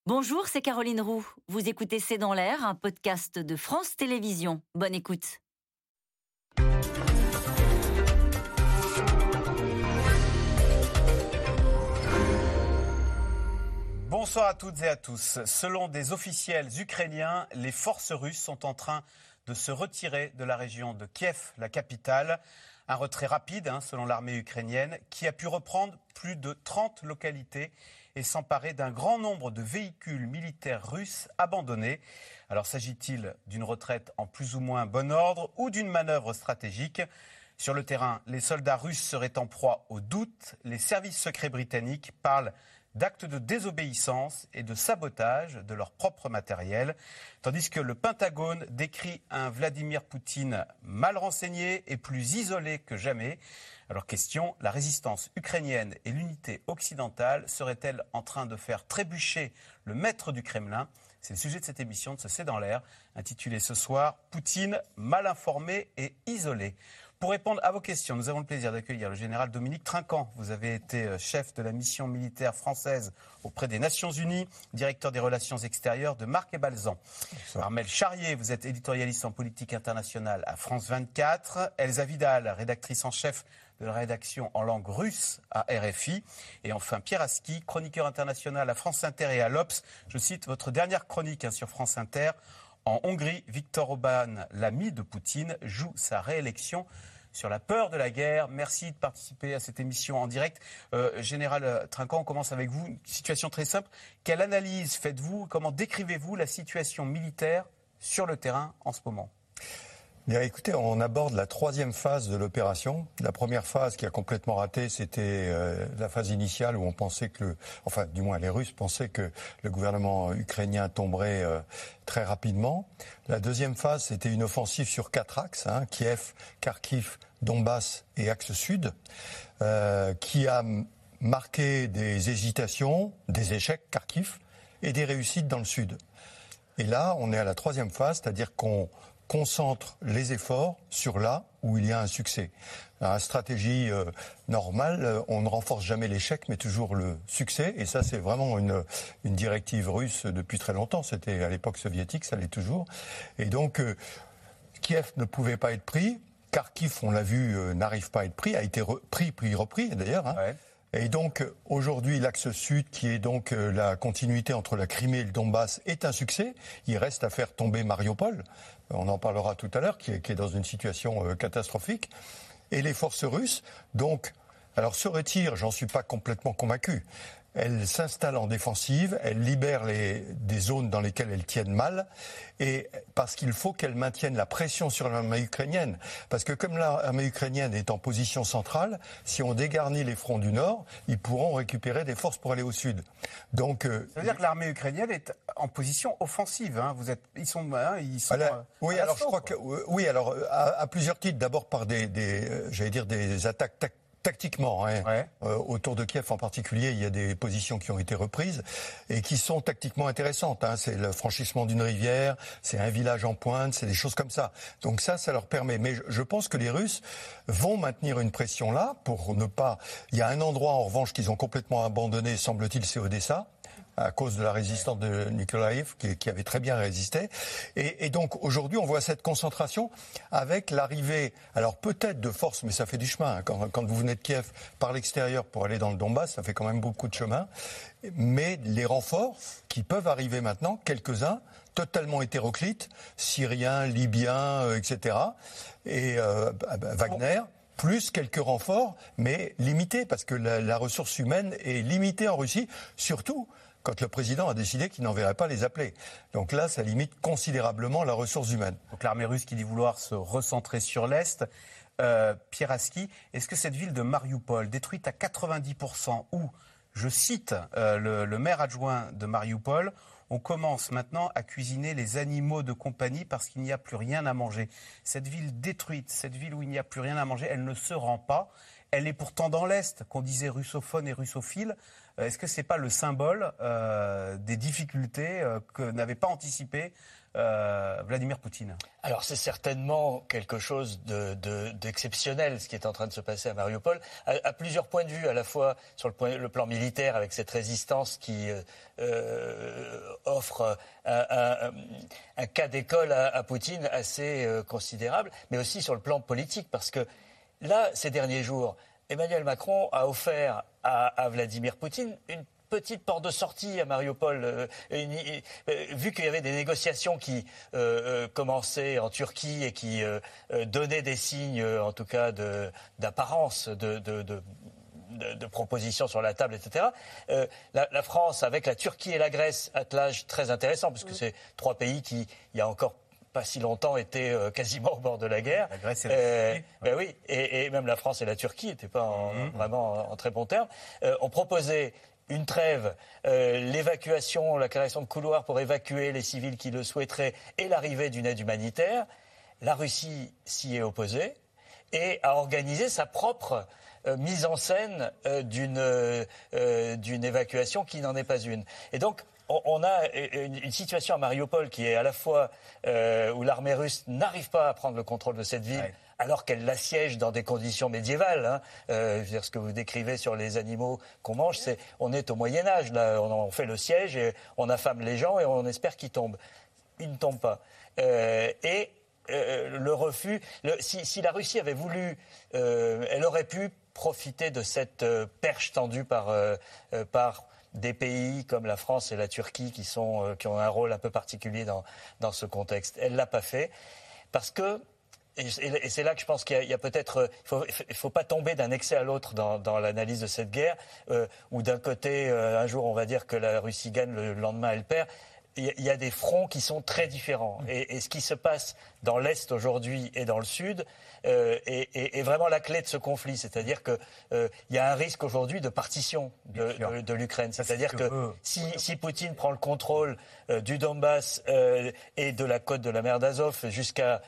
Bonjour, c'est Caroline Roux. Vous écoutez C'est dans l'air, un podcast de France Télévisions. Bonne écoute. Bonsoir à toutes et à tous. Selon des officiels ukrainiens, les forces russes sont en train de se retirer de la région de Kiev, la capitale. Un retrait rapide, selon l'armée ukrainienne, qui a pu reprendre plus de 30 localités et s'emparer d'un grand nombre de véhicules militaires russes abandonnés. Alors s'agit-il d'une retraite en plus ou moins bon ordre ou d'une manœuvre stratégique ? Sur le terrain, les soldats russes seraient en proie au doute. Les services secrets britanniques parlent d'actes de désobéissance et de sabotage de leur propre matériel, tandis que le Pentagone décrit un Vladimir Poutine mal renseigné et plus isolé que jamais. Alors question, la résistance ukrainienne et l'unité occidentale seraient-elles en train de faire trébucher le maître du Kremlin ? C'est le sujet de cette émission de ce C'est dans l'air, intitulée ce soir « Poutine mal informé et isolé ». Pour répondre à vos questions, nous avons le plaisir d'accueillir le général Dominique Trinquant. Vous avez été chef de la mission militaire française auprès des Nations Unies, directeur des relations extérieures de Marc et Balzan. Armel Charrier, vous êtes éditorialiste en politique internationale à France 24. Elsa Vidal, rédactrice en chef de la rédaction en langue russe à RFI. Et enfin Pierre Aski, chroniqueur international à France Inter et à l'Obs. Je cite votre dernière chronique sur France Inter. En Hongrie, Viktor Orbán, l'ami de Poutine, joue sa réélection sur la peur de la guerre. Merci de participer à cette émission en direct. Général Trinquant, on commence avec vous. Une situation très simple. Quelle analyse faites-vous ? Comment décrivez-vous la situation militaire sur le terrain en ce moment ? Bien, écoutez, on aborde la troisième phase de l'opération. La première phase qui a complètement raté, c'était la phase initiale où on pensait que, du moins les Russes pensaient que le gouvernement ukrainien tomberait très rapidement. La deuxième phase, c'était une offensive sur 4 axes, Kiev, Kharkiv, Donbass et axe sud, qui a marqué des hésitations, des échecs, Kharkiv, et des réussites dans le sud. Et là, on est à la troisième phase, c'est-à-dire qu'on concentre les efforts sur là où il y a un succès. La stratégie normale, on ne renforce jamais l'échec, mais toujours le succès. Et ça, c'est vraiment une directive russe depuis très longtemps. C'était à l'époque soviétique, ça l'est toujours. Et donc, Kiev ne pouvait pas être pris. Kharkiv, on l'a vu, n'arrive pas à être pris, a été pris puis repris d'ailleurs. Ouais. Et donc, aujourd'hui, l'axe sud, qui est donc la continuité entre la Crimée et le Donbass, est un succès. Il reste à faire tomber Mariupol, on en parlera tout à l'heure, qui est dans une situation catastrophique. Et les forces russes, donc, alors se retirent, j'en suis pas complètement convaincu. Elles s'installent en défensive, elles libèrent des zones dans lesquelles elles tiennent mal, et parce qu'il faut qu'elles maintiennent la pression sur l'armée ukrainienne. Parce que comme l'armée ukrainienne est en position centrale, si on dégarnit les fronts du nord, ils pourront récupérer des forces pour aller au sud. Donc, ça veut dire que l'armée ukrainienne est en position offensive. Ils sont oui, alors je crois que oui, alors à plusieurs titres. D'abord par des attaques tactiquement, ouais. Autour de Kiev en particulier, il y a des positions qui ont été reprises et qui sont tactiquement intéressantes. C'est le franchissement d'une rivière, c'est un village en pointe, c'est des choses comme ça. Donc ça leur permet. Mais je pense que les Russes vont maintenir une pression là pour ne pas... Il y a un endroit en revanche qu'ils ont complètement abandonné, semble-t-il, c'est Odessa, à cause de la résistance de Nikolaïev, qui avait très bien résisté. Et donc, aujourd'hui, on voit cette concentration avec l'arrivée, alors peut-être de force, mais ça fait du chemin. Quand vous venez de Kiev par l'extérieur pour aller dans le Donbass, ça fait quand même beaucoup de chemin. Mais les renforts qui peuvent arriver maintenant, quelques-uns, totalement hétéroclites, syriens, libyens, etc. Et Wagner... plus quelques renforts, mais limités, parce que la ressource humaine est limitée en Russie, surtout quand le président a décidé qu'il n'enverrait pas les appeler. Donc là, ça limite considérablement la ressource humaine. Donc l'armée russe qui dit vouloir se recentrer sur l'Est. Pierre Aski, est-ce que cette ville de Mariupol, détruite à 90%, où, je cite le maire adjoint de Mariupol, on commence maintenant à cuisiner les animaux de compagnie parce qu'il n'y a plus rien à manger. Cette ville détruite, cette ville où il n'y a plus rien à manger, elle ne se rend pas. Elle est pourtant dans l'Est, qu'on disait russophone et russophile. Est-ce que ce n'est pas le symbole des difficultés que n'avait pas anticipé Vladimir Poutine? Alors c'est certainement quelque chose d'exceptionnel ce qui est en train de se passer à Mariupol, à plusieurs points de vue, à la fois sur le plan militaire avec cette résistance qui offre un cas d'école à Poutine assez considérable, mais aussi sur le plan politique, parce que là, ces derniers jours, Emmanuel Macron a offert à Vladimir Poutine une petite porte de sortie à Mariupol, vu qu'il y avait des négociations qui commençaient en Turquie et qui donnaient des signes, en tout cas d'apparence, de propositions sur la table, etc. La France, avec la Turquie et la Grèce, attelage très intéressant, parce que c'est 3 pays qui, il y a encore pas si longtemps, étaient quasiment au bord de la guerre. La Grèce et la Turquie. Ben oui, et même la France et la Turquie n'étaient pas vraiment en très bons termes. On proposait une trêve, l'évacuation, la création de couloirs pour évacuer les civils qui le souhaiteraient et l'arrivée d'une aide humanitaire. La Russie s'y est opposée et a organisé sa propre mise en scène d'une évacuation qui n'en est pas une. Et donc, on a une situation à Mariupol qui est à la fois où l'armée russe n'arrive pas à prendre le contrôle de cette ville, alors qu'elle l'assiège dans des conditions médiévales. Je veux dire, ce que vous décrivez sur les animaux qu'on mange, on est au Moyen-Âge. Là, on fait le siège et on affame les gens et on espère qu'ils tombent. Ils ne tombent pas. Le refus, si la Russie avait voulu, elle aurait pu profiter de cette perche tendue par des pays comme la France et la Turquie qui ont un rôle un peu particulier dans ce contexte. Elle ne l'a pas fait parce que, et c'est là que je pense qu'il y a peut-être, il faut pas tomber d'un excès à l'autre dans l'analyse de cette guerre, où d'un côté, un jour on va dire que la Russie gagne, le lendemain elle perd. Il y a des fronts qui sont très différents. Et ce qui se passe dans l'Est aujourd'hui et dans le Sud est vraiment la clé de ce conflit. C'est-à-dire qu'il y a un risque aujourd'hui de partition de l'Ukraine. C'est-à-dire que si Poutine prend le contrôle du Donbass et de la côte de la mer d'Azov jusqu'à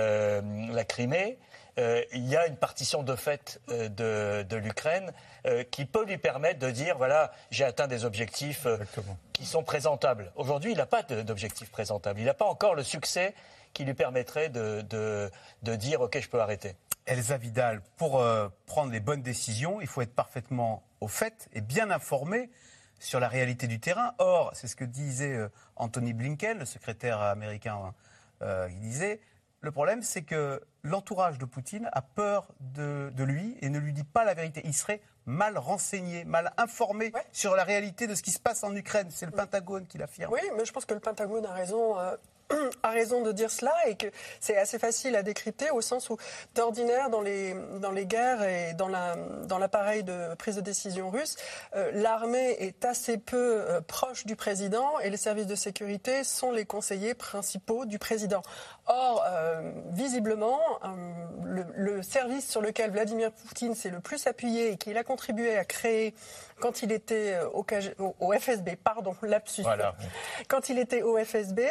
la Crimée, il y a une partition de fait de l'Ukraine qui peut lui permettre de dire, voilà, j'ai atteint des objectifs qui sont présentables. Aujourd'hui, il n'a pas d'objectif présentable. Il n'a pas encore le succès qui lui permettrait de dire, OK, je peux arrêter. Elsa Vidal, pour prendre les bonnes décisions, il faut être parfaitement au fait et bien informé sur la réalité du terrain. Or, c'est ce que disait Anthony Blinken, le secrétaire américain, qui disait... Le problème, c'est que l'entourage de Poutine a peur de lui et ne lui dit pas la vérité. Il serait mal renseigné, mal informé sur la réalité de ce qui se passe en Ukraine. C'est le Pentagone qui l'affirme. Oui, mais je pense que le Pentagone a raison de dire cela et que c'est assez facile à décrypter au sens où, d'ordinaire, dans les guerres et dans l'appareil de prise de décision russe, l'armée est assez peu proche du président et les services de sécurité sont les conseillers principaux du président. Or, visiblement, le service sur lequel Vladimir Poutine s'est le plus appuyé et qu'il a contribué à créer quand il était au FSB, pardon, lapsus. Voilà. Quand il était au FSB,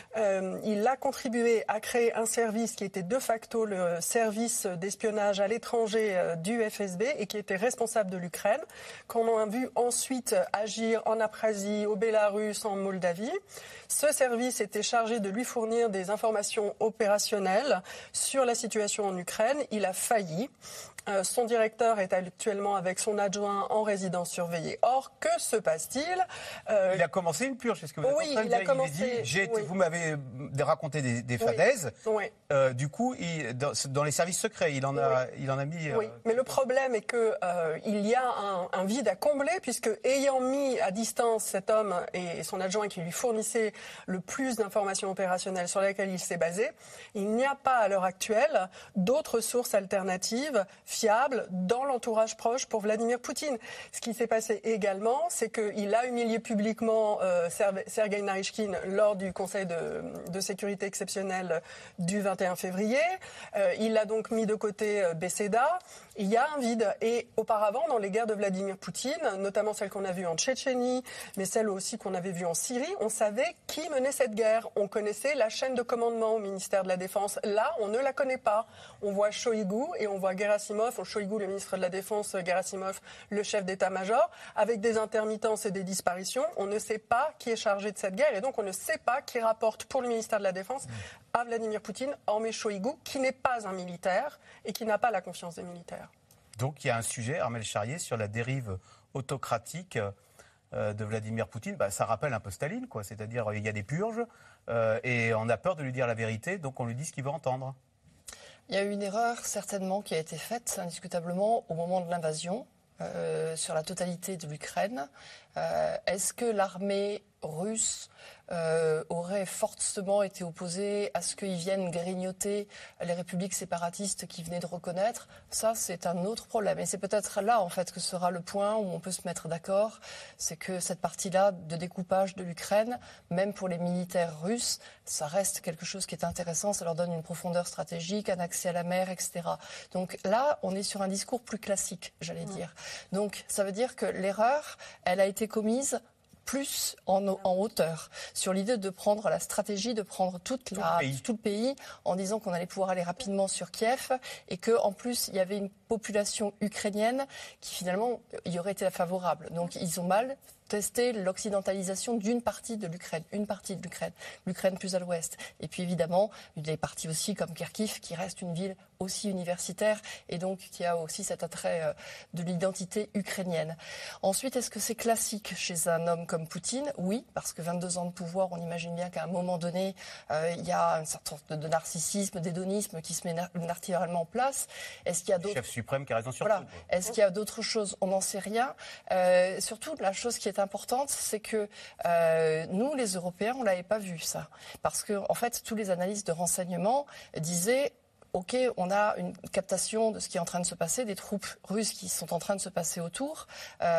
il a contribué à créer un service qui était de facto le service d'espionnage à l'étranger du FSB et qui était responsable de l'Ukraine, qu'on a vu ensuite agir en Abkhazie, au Bélarus, en Moldavie. Ce service était chargé de lui fournir des informations opérationnelles sur la situation en Ukraine. Il a failli. Son directeur est actuellement avec son adjoint en résidence surveillée. Or, que se passe-t-il Il a commencé une purge, c'est ce que vous êtes en train de dire. Il a dit, vous m'avez raconté des fadaises. Oui. Du coup, dans les services secrets, il en a mis... Oui, mais le problème est que il y a un vide à combler, puisque ayant mis à distance cet homme et son adjoint qui lui fournissaient le plus d'informations opérationnelles sur lesquelles il s'est basé, il n'y a pas à l'heure actuelle d'autres sources alternatives fiables dans l'entourage proche pour Vladimir Poutine. Ce qui s'est passé passé également, c'est qu'il a humilié publiquement Sergueï Narychkine lors du Conseil de sécurité exceptionnel du 21 février. Il a donc mis de côté Beseda. Il y a un vide. Et auparavant, dans les guerres de Vladimir Poutine, notamment celles qu'on a vues en Tchétchénie, mais celles aussi qu'on avait vues en Syrie, on savait qui menait cette guerre. On connaissait la chaîne de commandement au ministère de la Défense. Là, on ne la connaît pas. On voit Shoïgu et on voit Gerasimov. Shoïgu, le ministre de la Défense, Gerasimov, le chef d'état-major, avec des intermittences et des disparitions. On ne sait pas qui est chargé de cette guerre et donc on ne sait pas qui rapporte pour le ministère de la Défense à Vladimir Poutine, hormis Shoïgu, qui n'est pas un militaire et qui n'a pas la confiance des militaires. Donc il y a un sujet, Armelle Charrier, sur la dérive autocratique de Vladimir Poutine. Ça rappelle un peu Staline, quoi. C'est-à-dire il y a des purges et on a peur de lui dire la vérité, donc on lui dit ce qu'il veut entendre. Il y a eu une erreur certainement qui a été faite indiscutablement au moment de l'invasion sur la totalité de l'Ukraine. Est-ce que l'armée russe aurait fortement été opposée à ce qu'ils viennent grignoter les républiques séparatistes qui venaient de reconnaître? Ça, c'est un autre problème. Et c'est peut-être là, en fait, que sera le point où on peut se mettre d'accord. C'est que cette partie-là de découpage de l'Ukraine, même pour les militaires russes, ça reste quelque chose qui est intéressant. Ça leur donne une profondeur stratégique, un accès à la mer, etc. Donc là, on est sur un discours plus classique, j'allais dire. Donc ça veut dire que l'erreur, elle a été commise plus en hauteur, sur l'idée de prendre la stratégie, de prendre tout le pays en disant qu'on allait pouvoir aller rapidement sur Kiev et qu'en plus, il y avait une population ukrainienne qui finalement y aurait été favorable. Donc ils ont mal testé l'occidentalisation d'une partie de l'Ukraine, l'Ukraine plus à l'ouest. Et puis évidemment, des parties aussi comme Kharkiv, qui reste une ville aussi universitaire et donc qui a aussi cet attrait de l'identité ukrainienne. Ensuite, est-ce que c'est classique chez un homme comme Poutine? Oui, parce que 22 ans de pouvoir, on imagine bien qu'à un moment donné, il y a une sorte de narcissisme, d'hédonisme qui se met naturellement en place. Est-ce qu'il y a d'autres... Chef suprême qui a raison sur tout. Est-ce qu'il y a d'autres choses? On n'en sait rien. Surtout, la chose qui est importante, c'est que nous, les Européens, on ne l'avait pas vu, ça. Parce que, en fait, tous les analystes de renseignement disaient... OK, on a une captation de ce qui est en train de se passer, des troupes russes qui sont en train de se passer autour.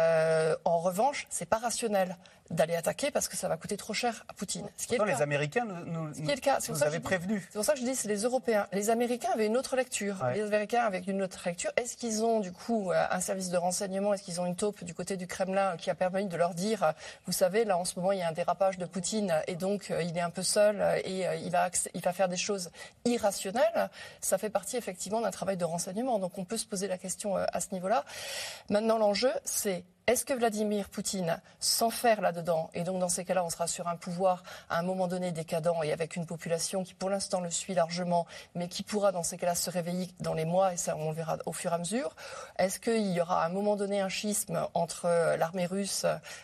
En revanche, c'est pas rationnel d'aller attaquer parce que ça va coûter trop cher à Poutine. Ce qui est le cas. Les Américains nous avaient prévenus. C'est pour ça que je dis c'est les Européens. Les Américains avaient une autre lecture. Ouais. Les Américains avaient une autre lecture. Est-ce qu'ils ont du coup un service de renseignement? Est-ce qu'ils ont une taupe du côté du Kremlin qui a permis de leur dire, vous savez, là en ce moment il y a un dérapage de Poutine et donc il est un peu seul et il va faire des choses irrationnelles. Ça fait partie effectivement d'un travail de renseignement. Donc on peut se poser la question à ce niveau-là. Maintenant l'enjeu c'est est-ce que Vladimir Poutine s'enferme là-dedans? Et donc, dans ces cas-là, on sera sur un pouvoir à un moment donné décadent et avec une population qui, pour l'instant, le suit largement, mais qui pourra, dans ces cas-là, se réveiller dans les mois, et ça, on le verra au fur et à mesure. Est-ce qu'il y aura à un moment donné un schisme entre l'armée russe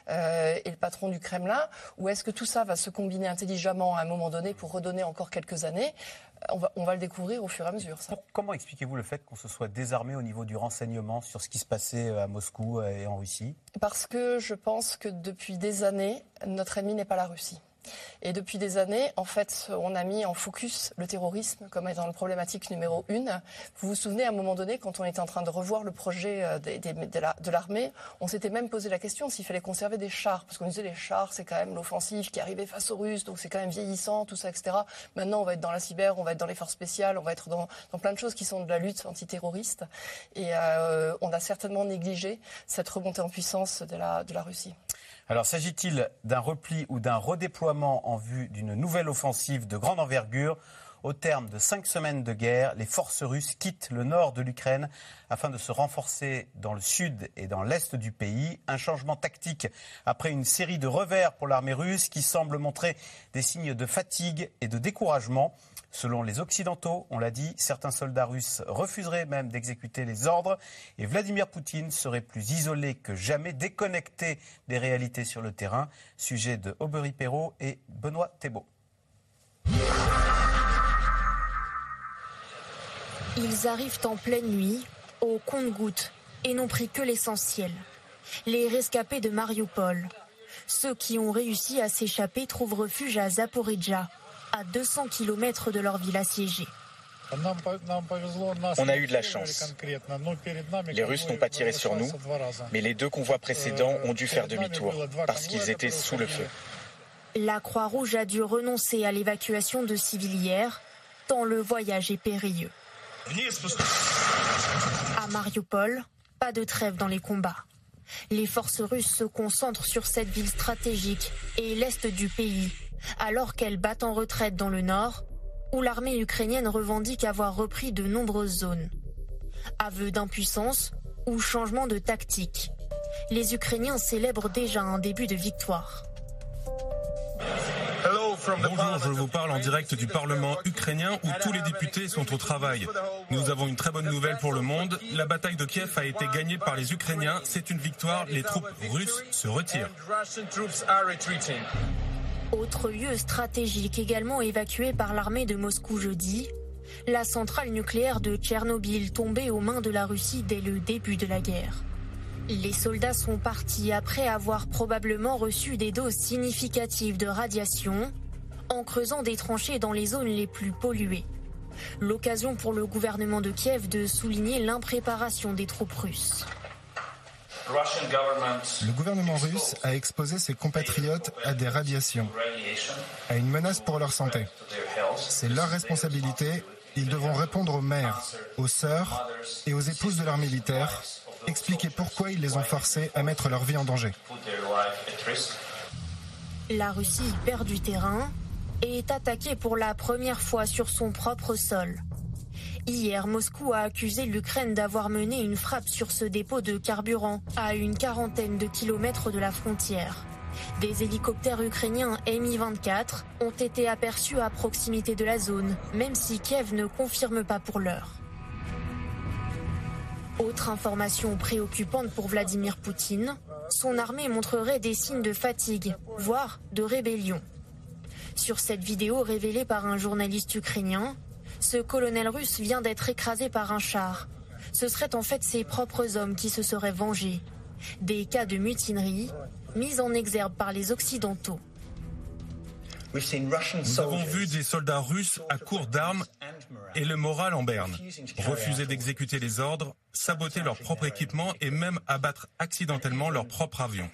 et le patron du Kremlin? Ou est-ce que tout ça va se combiner intelligemment à un moment donné pour redonner encore quelques années? On va le découvrir au fur et à mesure. Ça. Comment expliquez-vous le fait qu'on se soit désarmé au niveau du renseignement sur ce qui se passait à Moscou et en Russie? Parce que je pense que depuis des années, notre ennemi n'est pas la Russie. Et depuis des années, en fait, on a mis en focus le terrorisme comme étant la problématique numéro 1. Vous vous souvenez, à un moment donné, quand on était en train de revoir le projet de l'armée, on s'était même posé la question s'il fallait conserver des chars. Parce qu'on disait, les chars, c'est quand même l'offensive qui arrivait face aux Russes, donc c'est quand même vieillissant, tout ça, etc. Maintenant, on va être dans la cyber, on va être dans les forces spéciales, on va être dans plein de choses qui sont de la lutte antiterroriste. Et on a certainement négligé cette remontée en puissance de la Russie. Alors, s'agit-il d'un repli ou d'un redéploiement en vue d'une nouvelle offensive de grande envergure? Au terme de 5 semaines de guerre, les forces russes quittent le nord de l'Ukraine afin de se renforcer dans le sud et dans l'est du pays. Un changement tactique après une série de revers pour l'armée russe qui semble montrer des signes de fatigue et de découragement. Selon les Occidentaux, on l'a dit, certains soldats russes refuseraient même d'exécuter les ordres et Vladimir Poutine serait plus isolé que jamais, déconnecté des réalités sur le terrain. Sujet de Aubery Perrault et Benoît Thébault. Ils arrivent en pleine nuit, au compte-gouttes, et n'ont pris que l'essentiel. Les rescapés de Mariupol. Ceux qui ont réussi à s'échapper trouvent refuge à Zaporijjia, à 200 km de leur ville assiégée. On a eu de la chance. Les Russes n'ont pas tiré sur nous, mais les 2 convois précédents ont dû faire demi-tour parce qu'ils étaient sous le feu. La Croix-Rouge a dû renoncer à l'évacuation de civils hier, tant le voyage est périlleux. À Mariupol, pas de trêve dans les combats. Les forces russes se concentrent sur cette ville stratégique et l'est du pays, alors qu'elles battent en retraite dans le nord, où l'armée ukrainienne revendique avoir repris de nombreuses zones. Aveu d'impuissance ou changement de tactique. Les Ukrainiens célèbrent déjà un début de victoire. Bonjour, je vous parle en direct du Parlement ukrainien où tous les députés sont au travail. Nous avons une très bonne nouvelle pour le monde. La bataille de Kiev a été gagnée par les Ukrainiens. C'est une victoire. Les troupes russes se retirent. Autre lieu stratégique également évacué par l'armée de Moscou jeudi, la centrale nucléaire de Tchernobyl tombée aux mains de la Russie dès le début de la guerre. Les soldats sont partis après avoir probablement reçu des doses significatives de radiation en creusant des tranchées dans les zones les plus polluées. L'occasion pour le gouvernement de Kiev de souligner l'impréparation des troupes russes. Le gouvernement russe a exposé ses compatriotes à des radiations, à une menace pour leur santé. C'est leur responsabilité. Ils devront répondre aux mères, aux sœurs et aux épouses de leurs militaires, expliquer pourquoi ils les ont forcés à mettre leur vie en danger. La Russie perd du terrain et est attaquée pour la première fois sur son propre sol. Hier, Moscou a accusé l'Ukraine d'avoir mené une frappe sur ce dépôt de carburant à une quarantaine de kilomètres de la frontière. Des hélicoptères ukrainiens Mi-24 ont été aperçus à proximité de la zone, même si Kiev ne confirme pas pour l'heure. Autre information préoccupante pour Vladimir Poutine, son armée montrerait des signes de fatigue, voire de rébellion. Sur cette vidéo révélée par un journaliste ukrainien, ce colonel russe vient d'être écrasé par un char. Ce seraient en fait ses propres hommes qui se seraient vengés. Des cas de mutinerie mis en exergue par les Occidentaux. Nous avons vu des soldats russes à court d'armes et le moral en berne, refuser d'exécuter les ordres, saboter leur propre équipement et même abattre accidentellement leur propre avion.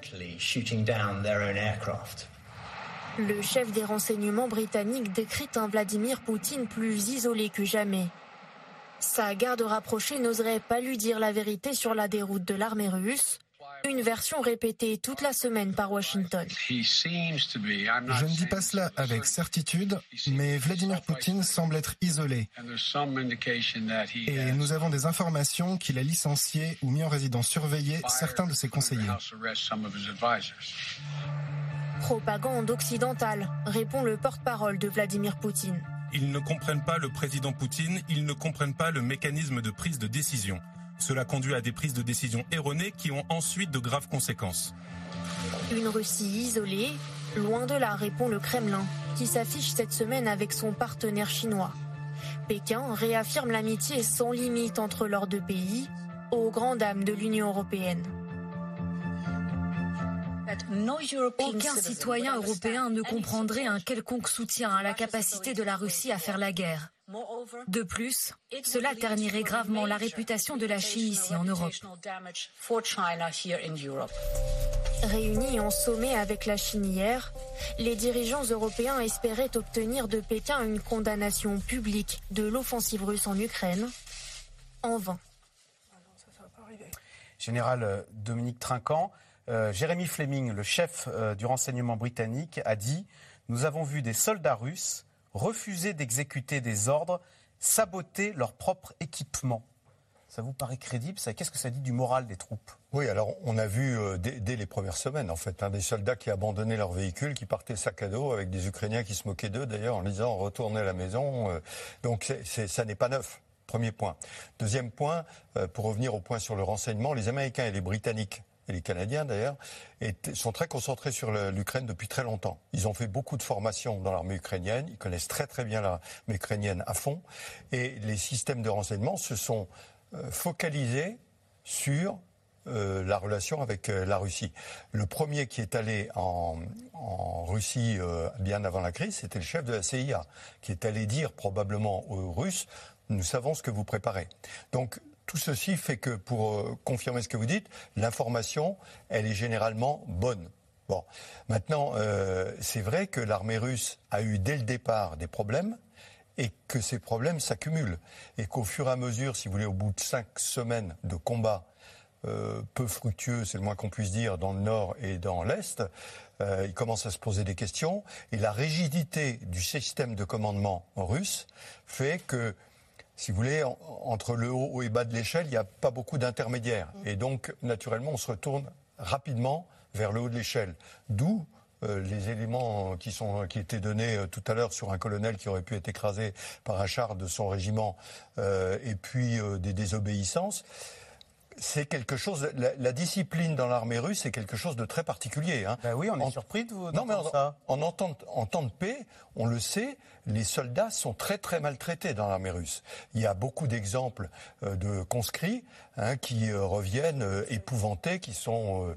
Le chef des renseignements britanniques décrit un Vladimir Poutine plus isolé que jamais. Sa garde rapprochée n'oserait pas lui dire la vérité sur la déroute de l'armée russe, une version répétée toute la semaine par Washington. Je ne dis pas cela avec certitude, mais Vladimir Poutine semble être isolé. Et nous avons des informations qu'il a licencié ou mis en résidence surveillée certains de ses conseillers. Propagande occidentale, répond le porte-parole de Vladimir Poutine. Ils ne comprennent pas le président Poutine, ils ne comprennent pas le mécanisme de prise de décision. Cela conduit à des prises de décision erronées qui ont ensuite de graves conséquences. Une Russie isolée, loin de là, répond le Kremlin, qui s'affiche cette semaine avec son partenaire chinois. Pékin réaffirme l'amitié sans limite entre leurs deux pays, aux grandes dames de l'Union européenne. Aucun citoyen européen ne comprendrait un quelconque soutien à la capacité de la Russie à faire la guerre. De plus, cela ternirait gravement la réputation de la Chine ici en Europe. Réunis en sommet avec la Chine hier, les dirigeants européens espéraient obtenir de Pékin une condamnation publique de l'offensive russe en Ukraine. En vain. Général Dominique Trinquant, Jeremy Fleming, le chef du renseignement britannique, a dit « Nous avons vu des soldats russes refuser d'exécuter des ordres, saboter leur propre équipement ». Ça vous paraît crédible ça? Qu'est-ce que ça dit du moral des troupes? Oui, alors on a vu dès les premières semaines, en fait, des soldats qui abandonnaient leur véhicule, qui partaient sac à dos, avec des Ukrainiens qui se moquaient d'eux, d'ailleurs, en disant « retournez à la maison ». Donc ça n'est pas neuf, premier point. Deuxième point, pour revenir au point sur le renseignement, les Américains et les Britanniques, et les Canadiens d'ailleurs, sont très concentrés sur l'Ukraine depuis très longtemps. Ils ont fait beaucoup de formations dans l'armée ukrainienne, ils connaissent très très bien l'armée ukrainienne à fond, et les systèmes de renseignement se sont focalisés sur la relation avec la Russie. Le premier qui est allé en Russie bien avant la crise, c'était le chef de la CIA, qui est allé dire probablement aux Russes, nous savons ce que vous préparez. Donc tout ceci fait que, pour confirmer ce que vous dites, l'information, elle est généralement bonne. Bon, maintenant, c'est vrai que l'armée russe a eu dès le départ des problèmes, et que ces problèmes s'accumulent. Et qu'au fur et à mesure, si vous voulez, au bout de 5 semaines de combat peu fructueux, c'est le moins qu'on puisse dire, dans le nord et dans l'est, il commence à se poser des questions. Et la rigidité du système de commandement russe fait que, si vous voulez, entre le haut et bas de l'échelle, il n'y a pas beaucoup d'intermédiaires. Et donc, naturellement, on se retourne rapidement vers le haut de l'échelle. D'où les éléments qui étaient donnés tout à l'heure sur un colonel qui aurait pu être écrasé par un char de son régiment, et puis des désobéissances. C'est quelque chose. La discipline dans l'armée russe, c'est quelque chose de très particulier. Hein. Ben oui, on est surpris de vous. Non, mais en temps de paix, on le sait, les soldats sont très très maltraités dans l'armée russe. Il y a beaucoup d'exemples de conscrits qui reviennent épouvantés, qui sont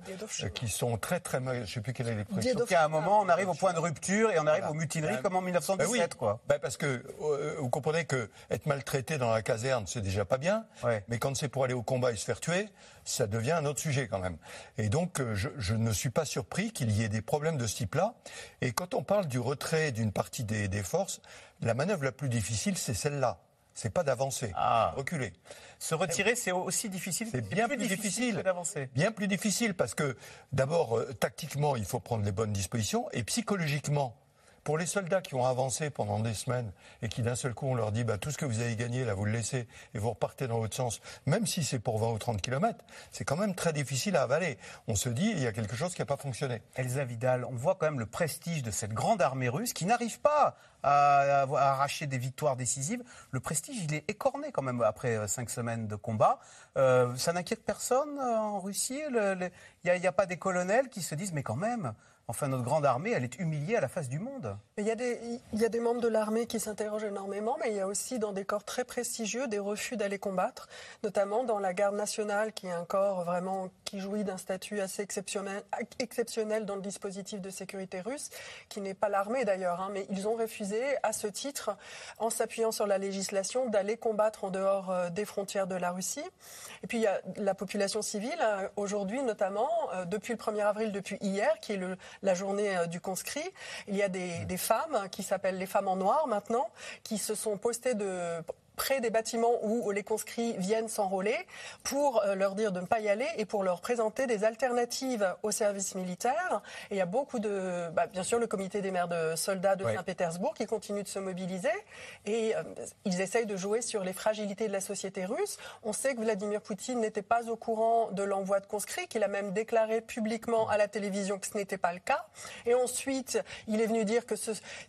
très très mal. Je sais plus quelle est l'expression. Donc à un moment, on arrive au point de rupture et on arrive aux mutineries comme en 1917, oui, quoi. Parce que vous comprenez que être maltraité dans la caserne, c'est déjà pas bien. Ouais. Mais quand c'est pour aller au combat et se faire tuer, ça devient un autre sujet quand même. Et donc, je ne suis pas surpris qu'il y ait des problèmes de ce type-là. Et quand on parle du retrait d'une partie des forces, la manœuvre la plus difficile, c'est celle-là. C'est pas d'avancer, reculer. Se retirer, c'est aussi difficile. C'est bien plus difficile d'avancer. Bien plus difficile parce que, d'abord, tactiquement, il faut prendre les bonnes dispositions, et psychologiquement, pour les soldats qui ont avancé pendant des semaines et qui d'un seul coup on leur dit tout ce que vous avez gagné là vous le laissez et vous repartez dans votre sens, même si c'est pour 20 ou 30 km, c'est quand même très difficile à avaler. On se dit il y a quelque chose qui n'a pas fonctionné. Elsa Vidal, on voit quand même le prestige de cette grande armée russe qui n'arrive pas à arracher des victoires décisives. Le prestige, il est écorné quand même après 5 semaines de combat. Ça n'inquiète personne en Russie. Il n'y a pas des colonels qui se disent mais quand même... Enfin, notre grande armée, elle est humiliée à la face du monde. Il y a des membres de l'armée qui s'interrogent énormément, mais il y a aussi dans des corps très prestigieux des refus d'aller combattre, notamment dans la garde nationale, qui est un corps vraiment qui jouit d'un statut assez exceptionnel dans le dispositif de sécurité russe, qui n'est pas l'armée d'ailleurs, mais ils ont refusé à ce titre, en s'appuyant sur la législation, d'aller combattre en dehors des frontières de la Russie. Et puis il y a la population civile, aujourd'hui notamment, depuis le 1er avril, depuis hier, qui est la journée du conscrit. Il y a des femmes qui s'appellent les femmes en noir maintenant, qui se sont postées près des bâtiments où les conscrits viennent s'enrôler pour leur dire de ne pas y aller et pour leur présenter des alternatives au service militaire. Et il y a beaucoup bien sûr, le comité des mères de soldats de Saint-Pétersbourg qui continue de se mobiliser et ils essayent de jouer sur les fragilités de la société russe. On sait que Vladimir Poutine n'était pas au courant de l'envoi de conscrits, qu'il a même déclaré publiquement à la télévision que ce n'était pas le cas. Et ensuite, il est venu dire que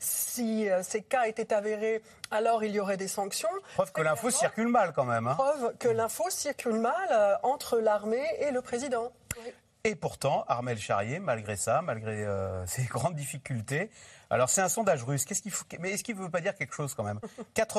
si ces cas étaient avérés, alors il y aurait des sanctions. Preuve que l'info circule mal quand même. Preuve que l'info circule mal entre l'armée et le président. Oui. Et pourtant, Armel Charrier, malgré ça, malgré ses grandes difficultés, alors c'est un sondage russe, mais est-ce qu'il ne veut pas dire quelque chose quand même ?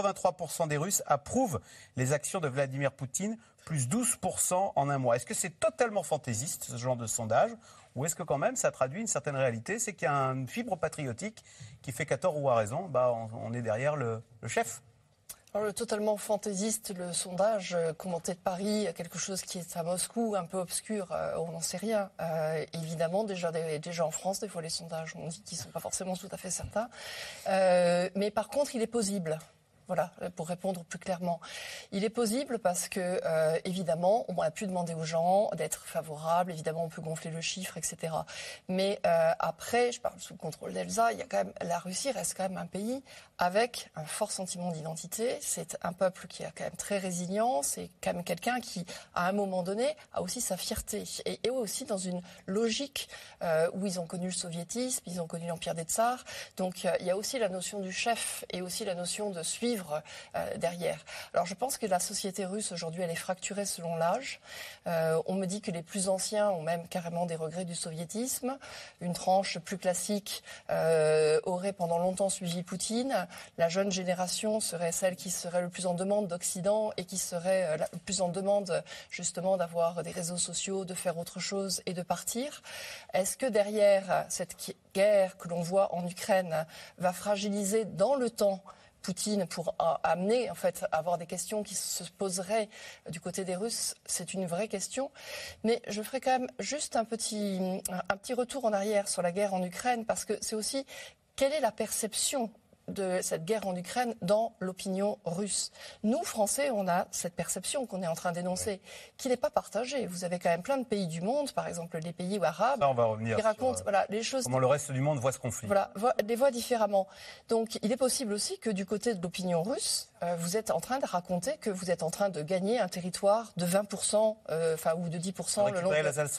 83% des Russes approuvent les actions de Vladimir Poutine, plus 12% en un mois. Est-ce que c'est totalement fantaisiste, ce genre de sondage ? Ou est-ce que quand même ça traduit une certaine réalité ? C'est qu'il y a une fibre patriotique qui fait qu'à tort ou à raison, on est derrière le chef. Alors, totalement fantaisiste, le sondage commenté de Paris, quelque chose qui est à Moscou, un peu obscur, on n'en sait rien. Évidemment, déjà en France, des fois les sondages, on dit qu'ils ne sont pas forcément tout à fait certains. Mais par contre, il est possible. Voilà, pour répondre plus clairement. Il est possible parce que, évidemment, on a pu demander aux gens d'être favorables, évidemment, on peut gonfler le chiffre, etc. Mais après, je parle sous le contrôle d'Elsa, il y a quand même, la Russie reste quand même un pays avec un fort sentiment d'identité. C'est un peuple qui est quand même très résilient, c'est quand même quelqu'un qui, à un moment donné, a aussi sa fierté. Et aussi dans une logique où ils ont connu le soviétisme, ils ont connu l'empire des tsars. Donc il y a aussi la notion du chef et aussi la notion de suivre vivre derrière. Alors je pense que la société russe aujourd'hui elle est fracturée selon l'âge. On me dit que les plus anciens ont même carrément des regrets du soviétisme. Une tranche plus classique aurait pendant longtemps suivi Poutine. La jeune génération serait celle qui serait le plus en demande d'Occident et qui serait le plus en demande justement d'avoir des réseaux sociaux, de faire autre chose et de partir. Est-ce que derrière cette guerre que l'on voit en Ukraine va fragiliser dans le temps Poutine pour amener en fait à avoir des questions qui se poseraient du côté des Russes? C'est une vraie question. Mais je ferai quand même juste un petit retour en arrière sur la guerre en Ukraine parce que c'est aussi quelle est la perception de cette guerre en Ukraine dans l'opinion russe. Nous, Français, on a cette perception qu'on est en train d'énoncer, qui n'est pas partagée. Vous avez quand même plein de pays du monde, par exemple les pays arabes, ça, on va revenir qui racontent les choses... Comment le reste du monde voit ce conflit. Voilà, les voit différemment. Donc, il est possible aussi que du côté de l'opinion russe, vous êtes en train de raconter que vous êtes en train de gagner un territoire de 20%, ou de 10% le long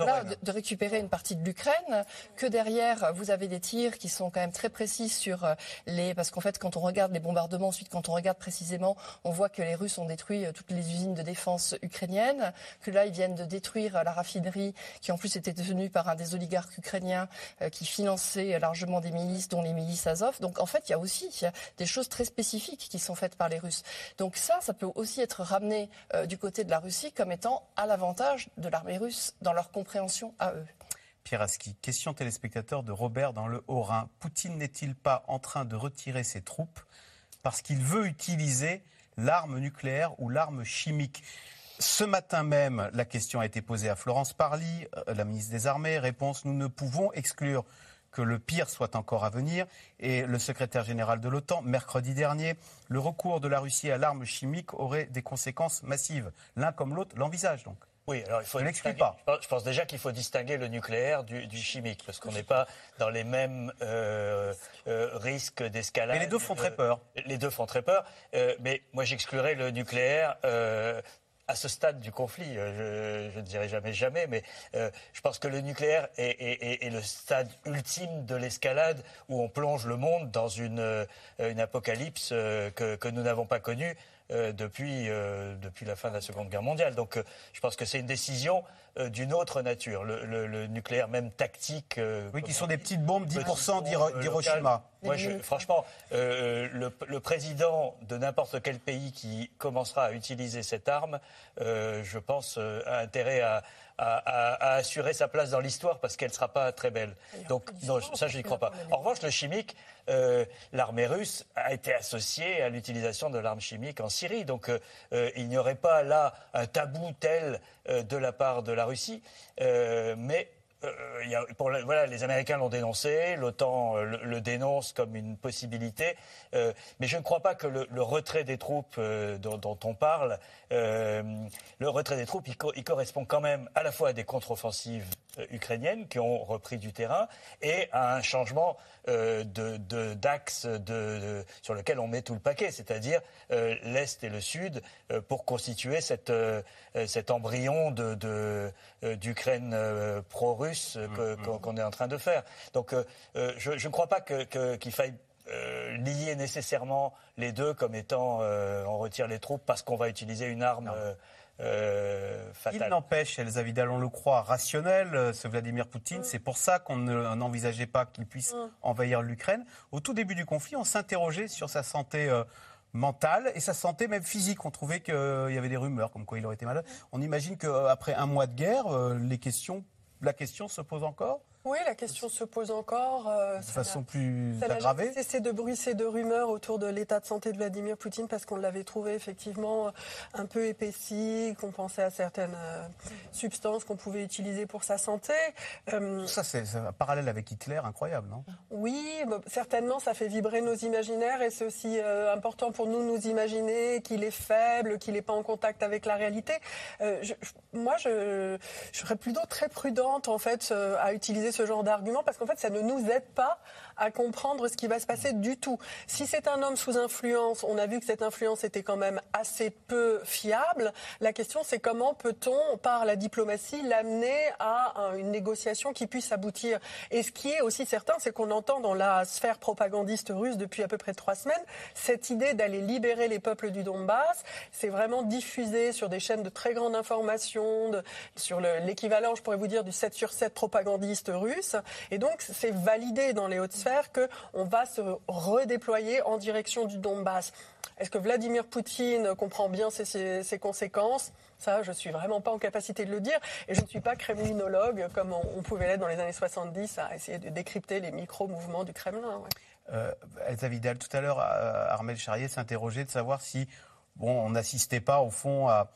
de récupérer une partie de l'Ukraine, que derrière, vous avez des tirs qui sont quand même très précis sur parce qu'en fait, quand on regarde les bombardements, ensuite, quand on regarde précisément, on voit que les Russes ont détruit toutes les usines de défense ukrainiennes, que là, ils viennent de détruire la raffinerie qui, en plus, était tenue par un des oligarques ukrainiens qui finançait largement des milices, dont les milices Azov. Donc, en fait, il y a aussi des choses très spécifiques qui sont faites par les Russes. Donc ça peut aussi être ramené du côté de la Russie comme étant à l'avantage de l'armée russe dans leur compréhension à eux. Pierre Aski, question téléspectateur de Robert dans le Haut-Rhin. Poutine n'est-il pas en train de retirer ses troupes parce qu'il veut utiliser l'arme nucléaire ou l'arme chimique? Ce matin même, la question a été posée à Florence Parly, la ministre des Armées. Réponse, nous ne pouvons exclure que le pire soit encore à venir. Et le secrétaire général de l'OTAN, mercredi dernier, le recours de la Russie à l'arme chimique aurait des conséquences massives. L'un comme l'autre l'envisage donc. Oui, alors il faut je pense déjà qu'il faut distinguer le nucléaire du chimique, parce qu'on n'est pas dans les mêmes risques d'escalade. Mais les deux font très peur. Les deux font très peur, mais moi j'exclurais le nucléaire à ce stade du conflit. Je ne dirai jamais, mais je pense que le nucléaire est le stade ultime de l'escalade où on plonge le monde dans une apocalypse que nous n'avons pas connue depuis la fin de la Seconde Guerre mondiale. Donc je pense que c'est une décision d'une autre nature. Le nucléaire, même tactique... oui, qui sont des petites bombes, 10% d'Hiroshima. Moi, franchement, le président de n'importe quel pays qui commencera à utiliser cette arme, je pense, a intérêt à assurer sa place dans l'histoire parce qu'elle ne sera pas très belle. Donc, non, ça, je n'y crois pas. En revanche, le chimique, l'armée russe a été associée à l'utilisation de l'arme chimique en Syrie. Donc, il n'y aurait pas là un tabou tel de la part de la Russie. Mais les Américains l'ont dénoncé, l'OTAN le dénonce comme une possibilité, mais je ne crois pas que le retrait des troupes dont on parle, le retrait des troupes, il correspond quand même à la fois à des contre-offensives ukrainiennes qui ont repris du terrain et à un changement d'axe sur lequel on met tout le paquet, c'est-à-dire l'Est et le Sud, pour constituer cet embryon d'Ukraine pro-russe qu'on est en train de faire. Donc je ne crois pas qu'il faille lier nécessairement les deux comme étant on retire les troupes parce qu'on va utiliser une arme fatale. Il n'empêche, Elsa Vidal, on le croit, rationnel, ce Vladimir Poutine. C'est pour ça qu'on n'envisageait pas qu'il puisse envahir l'Ukraine. Au tout début du conflit, on s'interrogeait sur sa santé mentale et sa santé même physique. On trouvait qu'il y avait des rumeurs comme quoi il aurait été malade. On imagine qu'après un mois de guerre, la question se pose encore. Oui, la question se pose encore. De façon plus aggravée. Ça n'a cessé de bruisser de rumeurs autour de l'état de santé de Vladimir Poutine parce qu'on l'avait trouvé effectivement un peu épaissi, qu'on pensait à certaines substances qu'on pouvait utiliser pour sa santé. Ça, c'est un parallèle avec Hitler incroyable, non? Oui, certainement, ça fait vibrer nos imaginaires et c'est aussi important pour nous imaginer qu'il est faible, qu'il n'est pas en contact avec la réalité. Moi, je serais plutôt très prudente en fait à utiliser utiliser ce genre d'argument parce qu'en fait, ça ne nous aide pas à comprendre ce qui va se passer du tout. Si c'est un homme sous influence, on a vu que cette influence était quand même assez peu fiable. La question, c'est comment peut-on, par la diplomatie, l'amener à une négociation qui puisse aboutir. Et ce qui est aussi certain, c'est qu'on entend dans la sphère propagandiste russe depuis à peu près 3 semaines, cette idée d'aller libérer les peuples du Donbass. C'est vraiment diffusé sur des chaînes de très grande information, sur l'équivalent, je pourrais vous dire, du 7/7 propagandiste russe. Et donc, c'est validé dans les hautes sphères qu'on va se redéployer en direction du Donbass. Est-ce que Vladimir Poutine comprend bien ses conséquences ? Ça, je ne suis vraiment pas en capacité de le dire. Et je ne suis pas kremlinologue, comme on pouvait l'être dans les années 70, à essayer de décrypter les micro-mouvements du Kremlin. Ouais. Elsa Vidal, tout à l'heure, Armel Charrier s'interrogeait de savoir si on n'assistait pas, au fond, à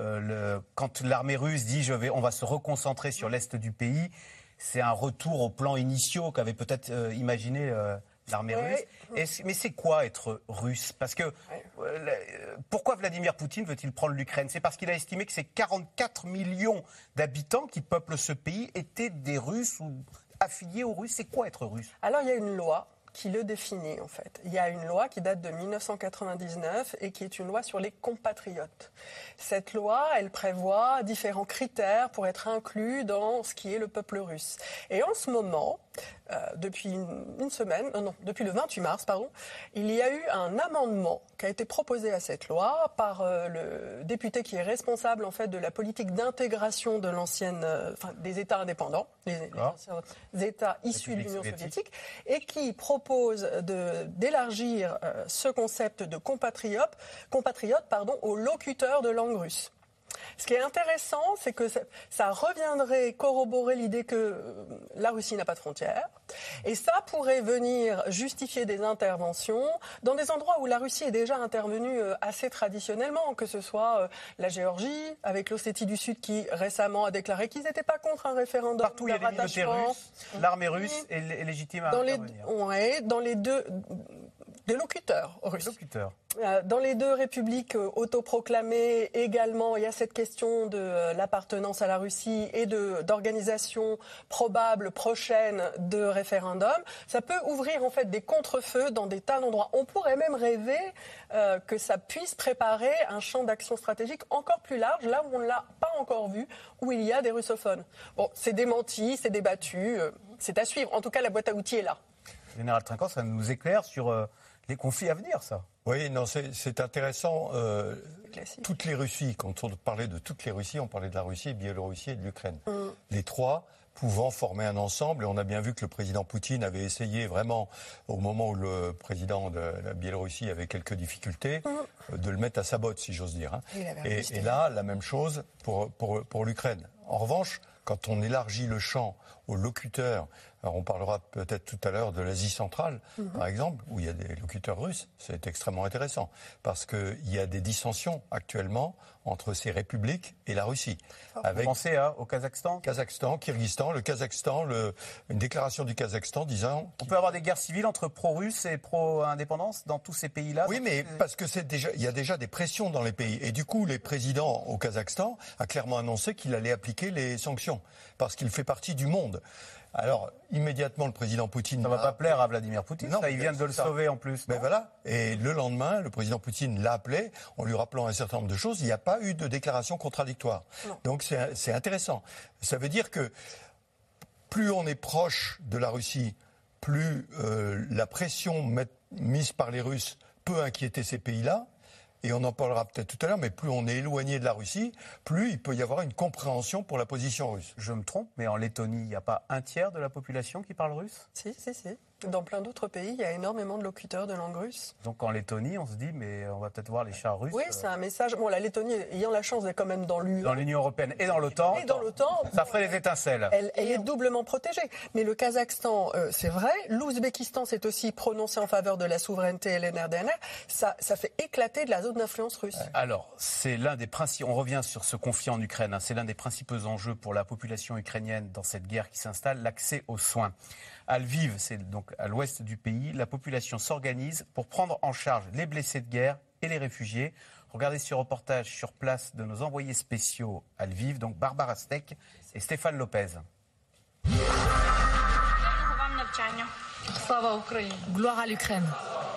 quand l'armée russe dit on va se reconcentrer sur l'est du pays, c'est un retour aux plans initiaux qu'avait peut-être imaginé l'armée russe. Mais c'est quoi être russe ? Parce que pourquoi Vladimir Poutine veut-il prendre l'Ukraine ? C'est parce qu'il a estimé que ces 44 millions d'habitants qui peuplent ce pays étaient des Russes ou affiliés aux Russes. C'est quoi être russe ? Alors il y a une loi qui le définit en fait. Il y a une loi qui date de 1999 et qui est une loi sur les compatriotes. Cette loi, elle prévoit différents critères pour être inclus dans ce qui est le peuple russe. Et en ce moment, depuis depuis le 28 mars, il y a eu un amendement qui a été proposé à cette loi par le député qui est responsable en fait de la politique d'intégration de des États indépendants, les anciens États issus de l'Union soviétique, et qui propose d'élargir ce concept de compatriote aux locuteurs de langue russe. Ce qui est intéressant, c'est que ça reviendrait corroborer l'idée que la Russie n'a pas de frontières. Et ça pourrait venir justifier des interventions dans des endroits où la Russie est déjà intervenue assez traditionnellement, que ce soit la Géorgie, avec l'Ossétie du Sud qui récemment a déclaré qu'ils n'étaient pas contre un référendum. Partout où il y a des minorités russes, l'armée russe est légitime à intervenir. Dans les deux... Des locuteurs russes. Dans les deux républiques autoproclamées également, il y a cette question de l'appartenance à la Russie et d'organisation probable prochaine de référendum. Ça peut ouvrir en fait des contre-feux dans des tas d'endroits. On pourrait même rêver que ça puisse préparer un champ d'action stratégique encore plus large, là où on ne l'a pas encore vu, où il y a des russophones. Bon, c'est démenti, c'est débattu, c'est à suivre. En tout cas, la boîte à outils est là. Général Trinquant, ça nous éclaire sur les conflits à venir, ça. Oui, non, c'est intéressant. Toutes les Russies, quand on parlait de toutes les Russies, on parlait de la Russie, de Biélorussie et de l'Ukraine. Les trois pouvant former un ensemble. Et on a bien vu que le président Poutine avait essayé vraiment, au moment où le président de la Biélorussie avait quelques difficultés, de le mettre à sa botte, si j'ose dire. Et là, la même chose pour l'Ukraine. En revanche, quand on élargit le champ aux locuteurs, alors on parlera peut-être tout à l'heure de l'Asie centrale, par exemple, où il y a des locuteurs russes, c'est extrêmement intéressant, parce qu'il y a des dissensions actuellement entre ces républiques et la Russie. Vous pensez au Kazakhstan ? Kirghizistan, le Kazakhstan, une déclaration du Kazakhstan disant... On peut avoir des guerres civiles entre pro-russes et pro-indépendance dans tous ces pays-là ? Oui, mais parce que il y a déjà des pressions dans les pays. Et du coup, le président au Kazakhstan a clairement annoncé qu'il allait appliquer les sanctions, parce qu'il fait partie du monde. Alors, immédiatement, le président Poutine... Ça ne va pas plaire à Vladimir Poutine, non, il vient de le sauver en plus. Mais voilà, et le lendemain, le président Poutine l'a appelé, en lui rappelant un certain nombre de choses, il n'y a pas eu de déclaration contradictoire. Non. Donc c'est intéressant. Ça veut dire que plus on est proche de la Russie, plus la pression mise par les Russes peut inquiéter ces pays-là. Et on en parlera peut-être tout à l'heure, mais plus on est éloigné de la Russie, plus il peut y avoir une compréhension pour la position russe. Je me trompe, mais en Lettonie, il n'y a pas un tiers de la population qui parle russe ? Si. Dans plein d'autres pays, il y a énormément de locuteurs de langue russe. Donc en Lettonie, on se dit, mais on va peut-être voir les chars russes. Oui, c'est un message. Bon, la Lettonie, ayant la chance d'être quand même dans l'Union européenne et dans l'OTAN, ça ferait des étincelles. Elle est doublement protégée. Mais le Kazakhstan, c'est vrai. L'Ouzbékistan s'est aussi prononcé en faveur de la souveraineté LNR-DNR. Ça fait éclater de la zone d'influence russe. Alors, c'est l'un des principaux. On revient sur ce conflit en Ukraine. C'est l'un des principaux enjeux pour la population ukrainienne dans cette guerre qui s'installe, l'accès aux soins. À Lviv, c'est donc à l'ouest du pays, la population s'organise pour prendre en charge les blessés de guerre et les réfugiés. Regardez ce reportage sur place de nos envoyés spéciaux à Lviv, donc Barbara Steck et Stéphane Lopez. Gloire à l'Ukraine.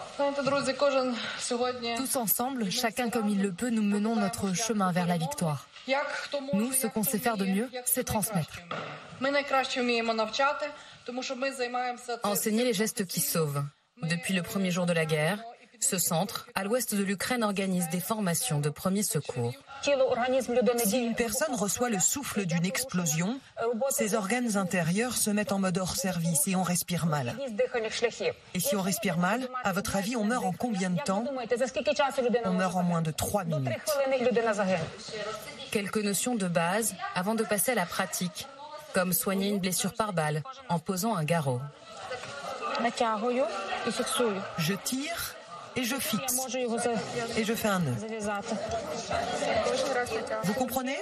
Tous ensemble, chacun comme il le peut, nous menons notre chemin vers la victoire. Nous, ce qu'on sait faire de mieux, c'est transmettre. Enseigner les gestes qui sauvent. Depuis le premier jour de la guerre, ce centre, à l'ouest de l'Ukraine, organise des formations de premiers secours. Si une personne reçoit le souffle d'une explosion, ses organes intérieurs se mettent en mode hors service et on respire mal. Et si on respire mal, à votre avis, on meurt en combien de temps? On meurt en moins de 3 minutes. Quelques notions de base avant de passer à la pratique, comme soigner une blessure par balle en posant un garrot. Je tire et je fixe. Et je fais un nœud. Vous comprenez?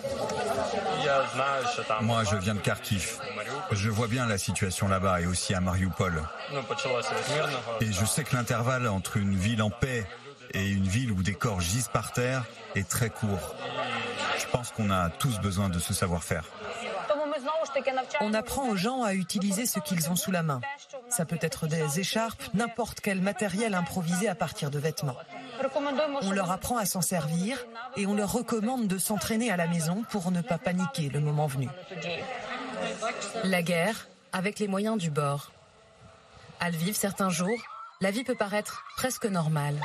Moi, je viens de Kharkiv. Je vois bien la situation là-bas et aussi à Mariupol. Et je sais que l'intervalle entre une ville en paix et une ville où des corps gisent par terre est très court. Je pense qu'on a tous besoin de ce savoir-faire. On apprend aux gens à utiliser ce qu'ils ont sous la main. Ça peut être des écharpes, n'importe quel matériel improvisé à partir de vêtements. On leur apprend à s'en servir et on leur recommande de s'entraîner à la maison pour ne pas paniquer le moment venu. La guerre, avec les moyens du bord. À Lviv, certains jours, la vie peut paraître presque normale.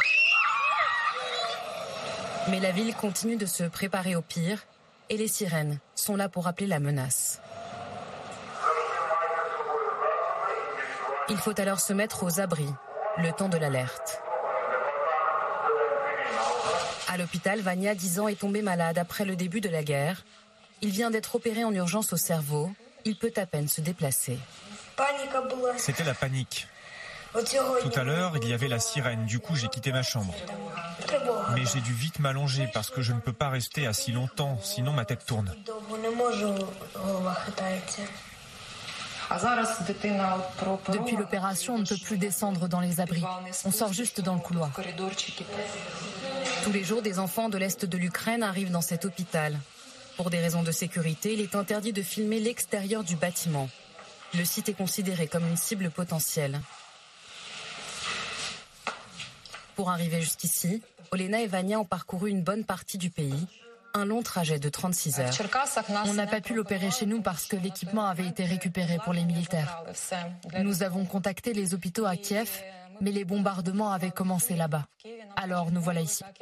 Mais la ville continue de se préparer au pire et les sirènes sont là pour rappeler la menace. Il faut alors se mettre aux abris, le temps de l'alerte. À l'hôpital, Vania, 10 ans, est tombé malade après le début de la guerre. Il vient d'être opéré en urgence au cerveau. Il peut à peine se déplacer. C'était la panique. Tout à l'heure, il y avait la sirène, du coup j'ai quitté ma chambre. Mais j'ai dû vite m'allonger parce que je ne peux pas rester assis longtemps, sinon ma tête tourne. Depuis l'opération, on ne peut plus descendre dans les abris. On sort juste dans le couloir. Tous les jours, des enfants de l'Est de l'Ukraine arrivent dans cet hôpital. Pour des raisons de sécurité, il est interdit de filmer l'extérieur du bâtiment. Le site est considéré comme une cible potentielle. Pour arriver jusqu'ici, Olena et Vania ont parcouru une bonne partie du pays. Un long trajet de 36 heures. On n'a pas pu l'opérer chez nous parce que l'équipement avait été récupéré pour les militaires. Nous avons contacté les hôpitaux à Kiev, mais les bombardements avaient commencé là-bas. Alors nous voilà ici.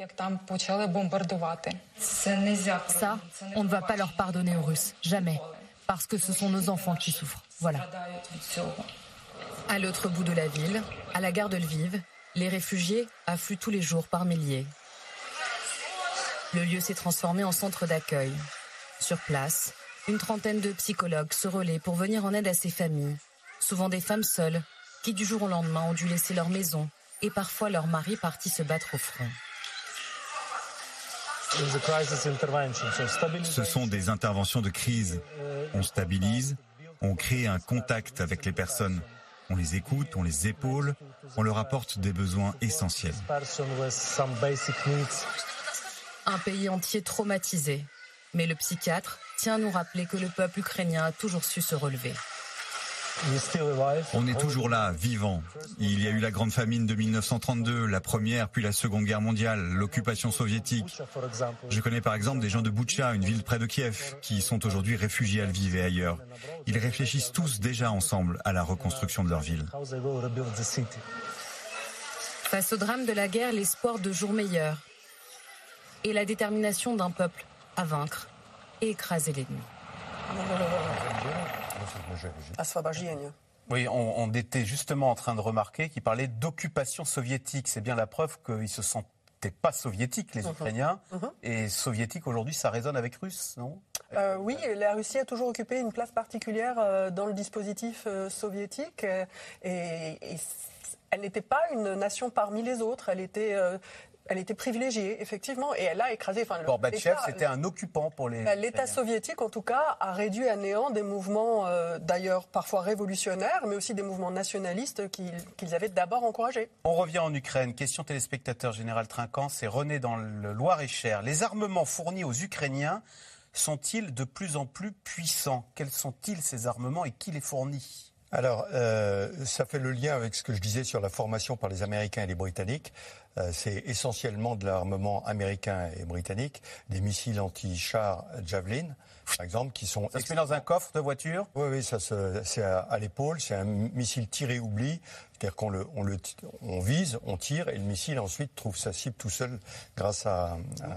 Ça, on ne va pas leur pardonner aux Russes, jamais, parce que ce sont nos enfants qui souffrent. Voilà. À l'autre bout de la ville, à la gare de Lviv, les réfugiés affluent tous les jours par milliers. Le lieu s'est transformé en centre d'accueil. Sur place, une trentaine de psychologues se relaient pour venir en aide à ces familles, souvent des femmes seules, qui du jour au lendemain ont dû laisser leur maison et parfois leur mari parti se battre au front. Ce sont des interventions de crise. On stabilise, on crée un contact avec les personnes. On les écoute, on les épaule, on leur apporte des besoins essentiels. Un pays entier traumatisé. Mais le psychiatre tient à nous rappeler que le peuple ukrainien a toujours su se relever. On est toujours là, vivant. Il y a eu la grande famine de 1932, la première puis la seconde guerre mondiale, l'occupation soviétique. Je connais par exemple des gens de Boutcha, une ville près de Kiev, qui sont aujourd'hui réfugiés à Lviv et ailleurs. Ils réfléchissent tous déjà ensemble à la reconstruction de leur ville. Face au drame de la guerre, l'espoir de jours meilleurs et la détermination d'un peuple à vaincre et écraser l'ennemi. Oui, on était justement en train de remarquer qu'il parlait d'occupation soviétique. C'est bien la preuve qu'ils se sentaient pas soviétiques, les Ukrainiens. Et soviétique, aujourd'hui, ça résonne avec russe, non? Oui, la Russie a toujours occupé une place particulière dans le dispositif soviétique. Et elle n'était pas une nation parmi les autres. Elle était privilégiée, effectivement, et elle a écrasé... Gorbatchev, c'était un occupant pour les... L'État soviétique, en tout cas, a réduit à néant des mouvements, d'ailleurs, parfois révolutionnaires, mais aussi des mouvements nationalistes qu'ils avaient d'abord encouragés. On revient en Ukraine. Question téléspectateur, Général Trinquant, c'est René dans le Loir-et-Cher. Les armements fournis aux Ukrainiens sont-ils de plus en plus puissants? Quels sont-ils, ces armements, et qui les fournit? Alors, ça fait le lien avec ce que je disais sur la formation par les Américains et les Britanniques. C'est essentiellement de l'armement américain et britannique, des missiles anti-chars Javelin, par exemple, qui sont... Ça se met dans un coffre de voiture ? Oui, c'est à l'épaule, c'est un missile tiré-oubli, c'est-à-dire on vise, on tire, et le missile ensuite trouve sa cible tout seul grâce à...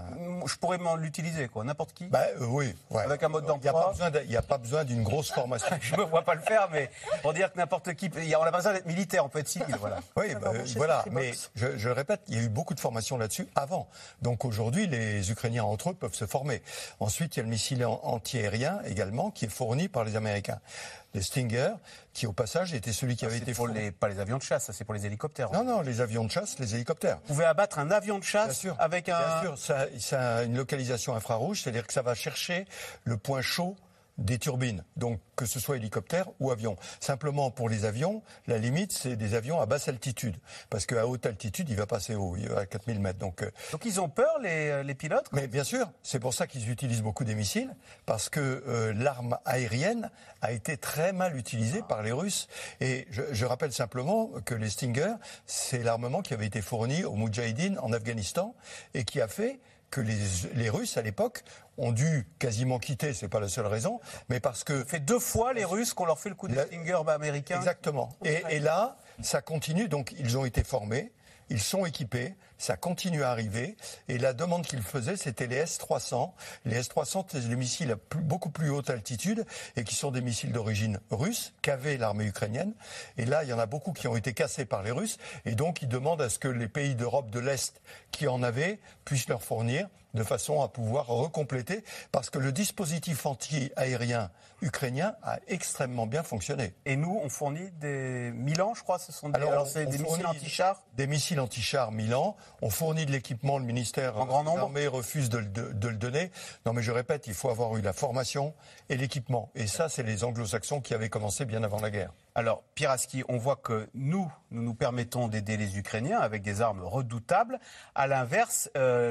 Je pourrais l'utiliser, quoi, n'importe qui ? Oui. Ouais. Avec un mode d'emploi ? Il n'y a pas besoin d'une grosse formation. Je ne me vois pas le faire, mais pour dire que n'importe qui... On n'a pas besoin d'être militaire, on peut être civil, voilà. Oui, voilà, mais je répète, il y a eu beaucoup de formation là-dessus avant. Donc aujourd'hui, les Ukrainiens entre eux peuvent se former. Ensuite, il y a le missile anti-aérien également qui est fourni par les Américains. Les Stinger, qui au passage était celui qui avait été fourni. Pas les avions de chasse, ça c'est pour les hélicoptères. Non, les avions de chasse, les hélicoptères. Vous pouvez abattre un avion de chasse avec un... Bien sûr, ça a une localisation infrarouge, c'est-à-dire que ça va chercher le point chaud des turbines, donc que ce soit hélicoptère ou avion. Simplement pour les avions, la limite c'est des avions à basse altitude, parce qu'à haute altitude il va passer haut, il va à 4000 mètres. Donc ils ont peur les pilotes ? Mais bien sûr, c'est pour ça qu'ils utilisent beaucoup des missiles, parce que l'arme aérienne a été très mal utilisée par les Russes. Et je rappelle simplement que les Stinger, c'est l'armement qui avait été fourni aux Moudjahidines en Afghanistan et qui a fait que les Russes, à l'époque, ont dû quasiment quitter, c'est pas la seule raison, mais parce que... Ça fait 2 fois les Russes qu'on leur fait le coup des Stinger américains. Exactement. Et là, ça continue, donc ils ont été formés, ils sont équipés, ça continue à arriver, et la demande qu'ils faisaient, c'était les S-300. Les S-300, c'est des missiles à beaucoup plus haute altitude, et qui sont des missiles d'origine russe, qu'avait l'armée ukrainienne. Et là, il y en a beaucoup qui ont été cassés par les Russes, et donc ils demandent à ce que les pays d'Europe de l'Est qui en avaient puissent leur fournir, de façon à pouvoir recompléter, parce que le dispositif anti-aérien ukrainien a extrêmement bien fonctionné. Et nous, on fournit des Milan, je crois, ce sont des missiles anti-chars ? Des missiles anti-chars Milan. On fournit de l'équipement, le ministère de l'Armée refuse de le donner. Non, mais je répète, il faut avoir eu la formation et l'équipement. Et ça, c'est les anglo-saxons qui avaient commencé bien avant la guerre. Alors, Pieraski, on voit que nous permettons d'aider les Ukrainiens avec des armes redoutables. À l'inverse,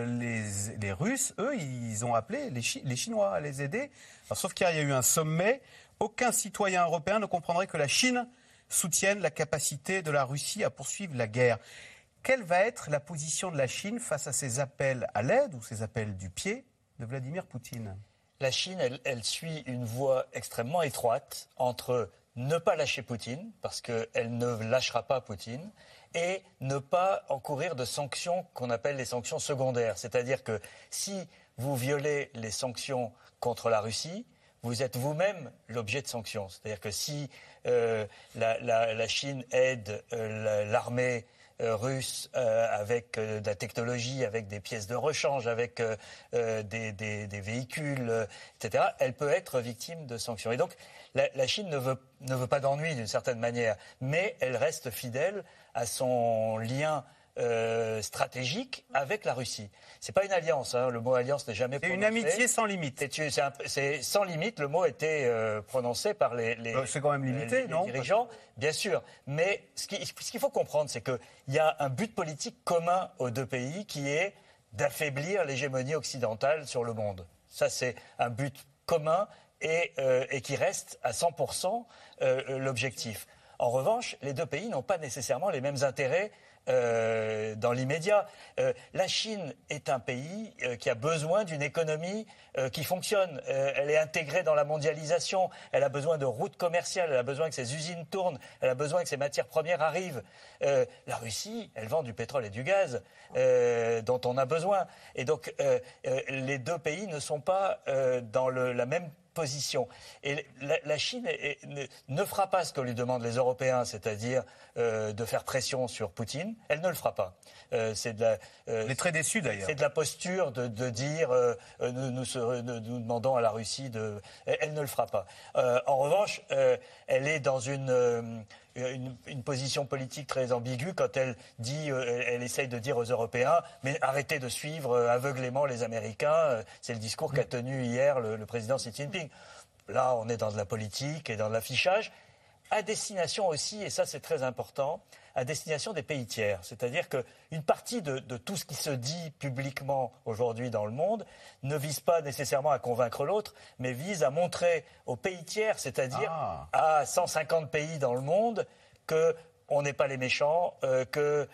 les Russes, eux, ils ont appelé les Chinois à les aider. Alors, sauf qu'il y a eu un sommet. Aucun citoyen européen ne comprendrait que la Chine soutienne la capacité de la Russie à poursuivre la guerre. Quelle va être la position de la Chine face à ces appels à l'aide ou ces appels du pied de Vladimir Poutine ? La Chine, elle suit une voie extrêmement étroite entre ne pas lâcher Poutine, parce qu'elle ne lâchera pas Poutine, et ne pas encourir de sanctions qu'on appelle les sanctions secondaires. C'est-à-dire que si vous violez les sanctions contre la Russie, vous êtes vous-même l'objet de sanctions. C'est-à-dire que si la Chine aide l'armée russe avec de la technologie, avec des pièces de rechange, avec des véhicules, etc., elle peut être victime de sanctions. Et donc, la Chine ne veut pas d'ennui d'une certaine manière, mais elle reste fidèle à son lien stratégique avec la Russie. C'est pas une alliance, hein. Le mot alliance n'est jamais prononcé. C'est une amitié sans limite. C'est sans limite, le mot a été prononcé par les c'est quand même limité, les dirigeants, bien sûr. Mais ce qu'il faut comprendre, c'est qu'il y a un but politique commun aux deux pays qui est d'affaiblir l'hégémonie occidentale sur le monde. Ça, c'est un but commun et qui reste à 100% l'objectif. En revanche, les deux pays n'ont pas nécessairement les mêmes intérêts dans l'immédiat. La Chine est un pays qui a besoin d'une économie qui fonctionne. Elle est intégrée dans la mondialisation. Elle a besoin de routes commerciales. Elle a besoin que ses usines tournent. Elle a besoin que ses matières premières arrivent. La Russie, elle vend du pétrole et du gaz dont on a besoin. Et donc, les deux pays ne sont pas dans la même position. Et la Chine ne fera pas ce que lui demandent les Européens, c'est-à-dire de faire pression sur Poutine. Elle ne le fera pas. On est très déçus d'ailleurs. C'est de la posture de dire nous demandons à la Russie de... Elle ne le fera pas. En revanche, elle est dans une position politique très ambiguë quand elle essaye de dire aux Européens mais arrêtez de suivre aveuglément les Américains. C'est le discours qu'a tenu hier le président Xi Jinping. Là, on est dans de la politique et dans de l'affichage. à destination aussi, et ça c'est très important, à destination des pays tiers. C'est-à-dire qu'une partie de tout ce qui se dit publiquement aujourd'hui dans le monde ne vise pas nécessairement à convaincre l'autre, mais vise à montrer aux pays tiers, c'est-à-dire à 150 pays dans le monde, qu'on n'est pas les méchants, qu'il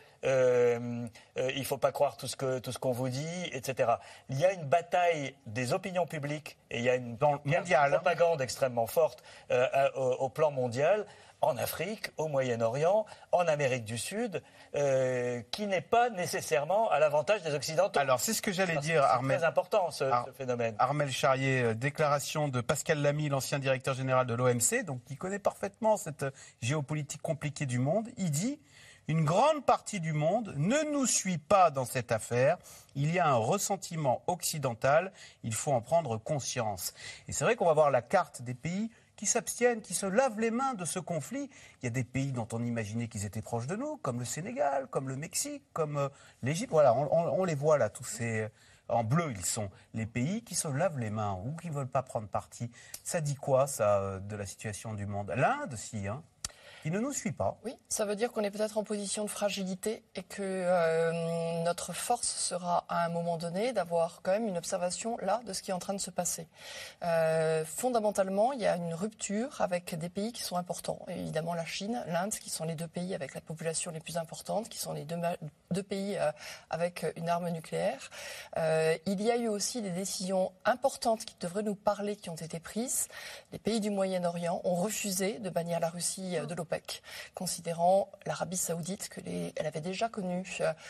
ne faut pas croire tout ce qu'on vous dit, etc. Il y a une bataille des opinions publiques et il y a une propagande extrêmement forte au plan mondial, en Afrique, au Moyen-Orient, en Amérique du Sud, qui n'est pas nécessairement à l'avantage des Occidentaux. Alors, c'est ce que j'allais dire, Armel. C'est très important, ce phénomène. Armel Charrier, déclaration de Pascal Lamy, l'ancien directeur général de l'OMC, donc qui connaît parfaitement cette géopolitique compliquée du monde. Il dit « Une grande partie du monde ne nous suit pas dans cette affaire. Il y a un ressentiment occidental. Il faut en prendre conscience. » Et c'est vrai qu'on va voir la carte des pays qui s'abstiennent, qui se lavent les mains de ce conflit. Il y a des pays dont on imaginait qu'ils étaient proches de nous, comme le Sénégal, comme le Mexique, comme l'Égypte. Voilà, on les voit là, tous ces... En bleu, ils sont les pays qui se lavent les mains ou qui ne veulent pas prendre parti. Ça dit quoi, ça, de la situation du monde ? L'Inde, si, hein, qui ne nous suit pas. Oui, ça veut dire qu'on est peut-être en position de fragilité et que notre force sera à un moment donné d'avoir quand même une observation là de ce qui est en train de se passer. Fondamentalement, il y a une rupture avec des pays qui sont importants. Évidemment la Chine, l'Inde, qui sont les deux pays avec la population les plus importante, qui sont les deux pays avec une arme nucléaire. Il y a eu aussi des décisions importantes qui devraient nous parler, qui ont été prises. Les pays du Moyen-Orient ont refusé de bannir la Russie de l'OPEC, considérant l'Arabie Saoudite qu'elle avait déjà connu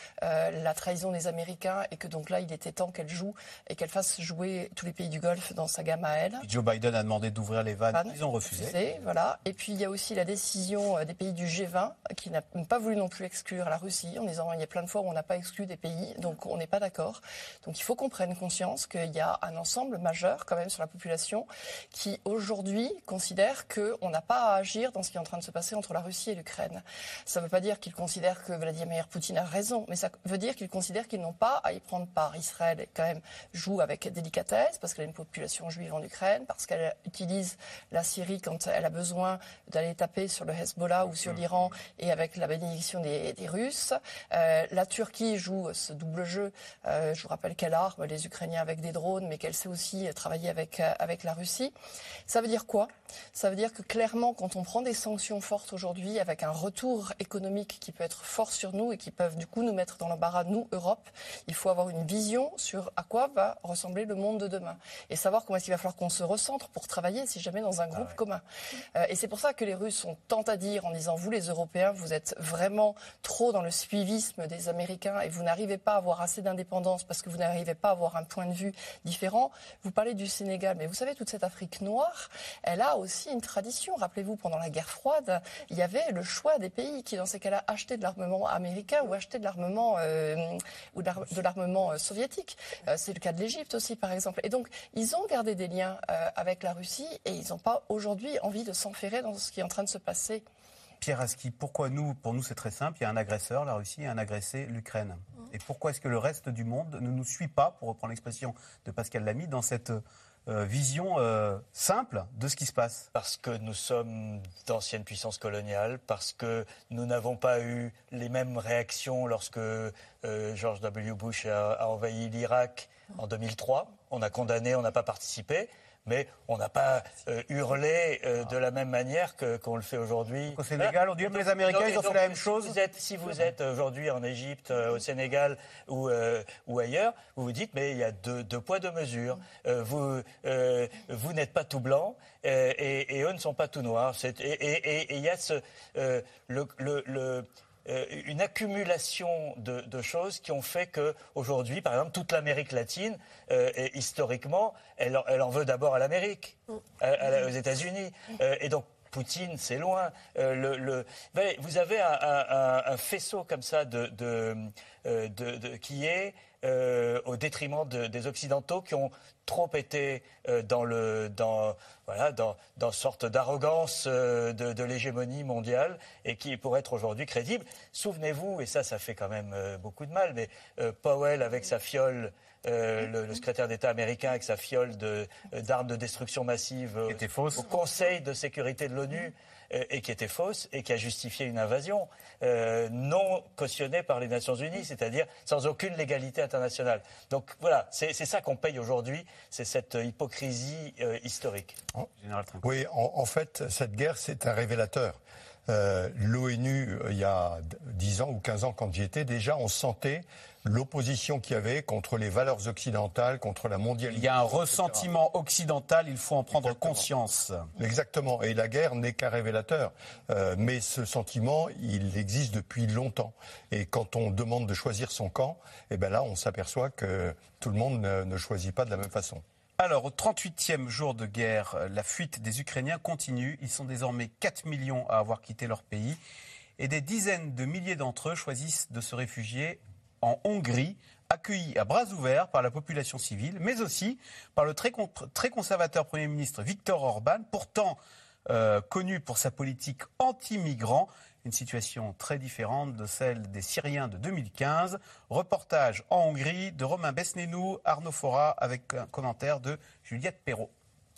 la trahison des Américains et que donc là il était temps qu'elle joue et qu'elle fasse jouer tous les pays du Golfe dans sa gamme à elle. Joe Biden a demandé d'ouvrir les vannes, ils ont refusé. Voilà. Et puis il y a aussi la décision des pays du G20 qui n'a pas voulu non plus exclure la Russie en disant il y a plein de fois où on n'a pas exclu des pays, donc on n'est pas d'accord. Donc il faut qu'on prenne conscience qu'il y a un ensemble majeur quand même sur la population qui aujourd'hui considère qu'on n'a pas à agir dans ce qui est en train de se passer entre la Russie et l'Ukraine. Ça ne veut pas dire qu'ils considèrent que Vladimir Poutine a raison, mais ça veut dire qu'ils considèrent qu'ils n'ont pas à y prendre part. Israël quand même joue avec délicatesse parce qu'elle a une population juive en Ukraine, parce qu'elle utilise la Syrie quand elle a besoin d'aller taper sur le Hezbollah ou sur l'Iran et avec la bénédiction des Russes. La Turquie joue ce double jeu. Je vous rappelle qu'elle arme les Ukrainiens avec des drones, mais qu'elle sait aussi travailler avec la Russie. Ça veut dire quoi ? Ça veut dire que clairement, quand on prend des sanctions fortes aujourd'hui, avec un retour économique qui peut être fort sur nous et qui peuvent du coup nous mettre dans l'embarras, nous, Europe, il faut avoir une vision sur à quoi va ressembler le monde de demain. Et savoir comment est-ce qu'il va falloir qu'on se recentre pour travailler, si jamais dans un groupe commun. Et c'est pour ça que les Russes ont tant à dire en disant, vous les Européens, vous êtes vraiment trop dans le suivisme des Américains et vous n'arrivez pas à avoir assez d'indépendance parce que vous n'arrivez pas à avoir un point de vue différent. Vous parlez du Sénégal, mais vous savez, toute cette Afrique noire, elle a aussi une tradition. Rappelez-vous, pendant la guerre froide, il y avait le choix des pays qui, dans ces cas-là, achetaient de l'armement américain ou achetaient de l'armement soviétique. C'est le cas de l'Égypte aussi, par exemple. Et donc, ils ont gardé des liens avec la Russie et ils n'ont pas aujourd'hui envie de s'enferrer dans ce qui est en train de se passer. Pierre Aski, pourquoi pour nous c'est très simple, il y a un agresseur, la Russie, et un agressé, l'Ukraine. Et pourquoi est-ce que le reste du monde ne nous suit pas, pour reprendre l'expression de Pascal Lamy, dans cette vision simple de ce qui se passe? Parce que nous sommes d'anciennes puissances coloniales, parce que nous n'avons pas eu les mêmes réactions lorsque George W. Bush a envahi l'Irak en 2003. On a condamné, on n'a pas participé. Mais on n'a pas hurlé de la même manière qu'on le fait aujourd'hui. Au Sénégal, on dit que les Américains, ils ont fait la même chose. Si vous êtes aujourd'hui en Égypte, au Sénégal ou ailleurs, vous vous dites, mais il y a deux poids, deux mesures. Vous n'êtes pas tout blanc et eux ne sont pas tout noirs. Et il y a une accumulation de choses qui ont fait qu'aujourd'hui, par exemple, toute l'Amérique latine, historiquement, elle en veut d'abord à l'Amérique, aux États-Unis. Et donc, Poutine, c'est loin. Vous avez un faisceau comme ça qui est au détriment des Occidentaux qui ont trop été dans sorte d'arrogance de l'hégémonie mondiale et qui pourrait être aujourd'hui crédible. Souvenez-vous, et ça fait quand même beaucoup de mal, mais Powell avec sa fiole, le secrétaire d'État américain avec sa fiole d'armes de destruction massive au Conseil de sécurité de l'ONU, et qui était fausse et qui a justifié une invasion non cautionnée par les Nations Unies, c'est-à-dire sans aucune légalité internationale. Donc voilà, c'est ça qu'on paye aujourd'hui, c'est cette hypocrisie historique. Oui, en fait, cette guerre, c'est un révélateur. L'ONU, il y a 10 ans ou 15 ans, quand j'y étais, déjà, on sentait l'opposition qu'il y avait contre les valeurs occidentales, contre la mondialisation. Il y a un ressentiment occidental, il faut en prendre conscience. Exactement, et la guerre n'est qu'un révélateur. Mais ce sentiment, il existe depuis longtemps. Et quand on demande de choisir son camp, eh ben là, on s'aperçoit que tout le monde ne choisit pas de la même façon. Alors, au 38e jour de guerre, la fuite des Ukrainiens continue. Ils sont désormais 4 millions à avoir quitté leur pays. Et des dizaines de milliers d'entre eux choisissent de se réfugier en Hongrie, accueillis à bras ouverts par la population civile, mais aussi par le très conservateur Premier ministre Viktor Orban, pourtant connu pour sa politique anti-migrants. Une situation très différente de celle des Syriens de 2015. Reportage en Hongrie de Romain Besnénou, Arnaud Fora, avec un commentaire de Juliette Perrault.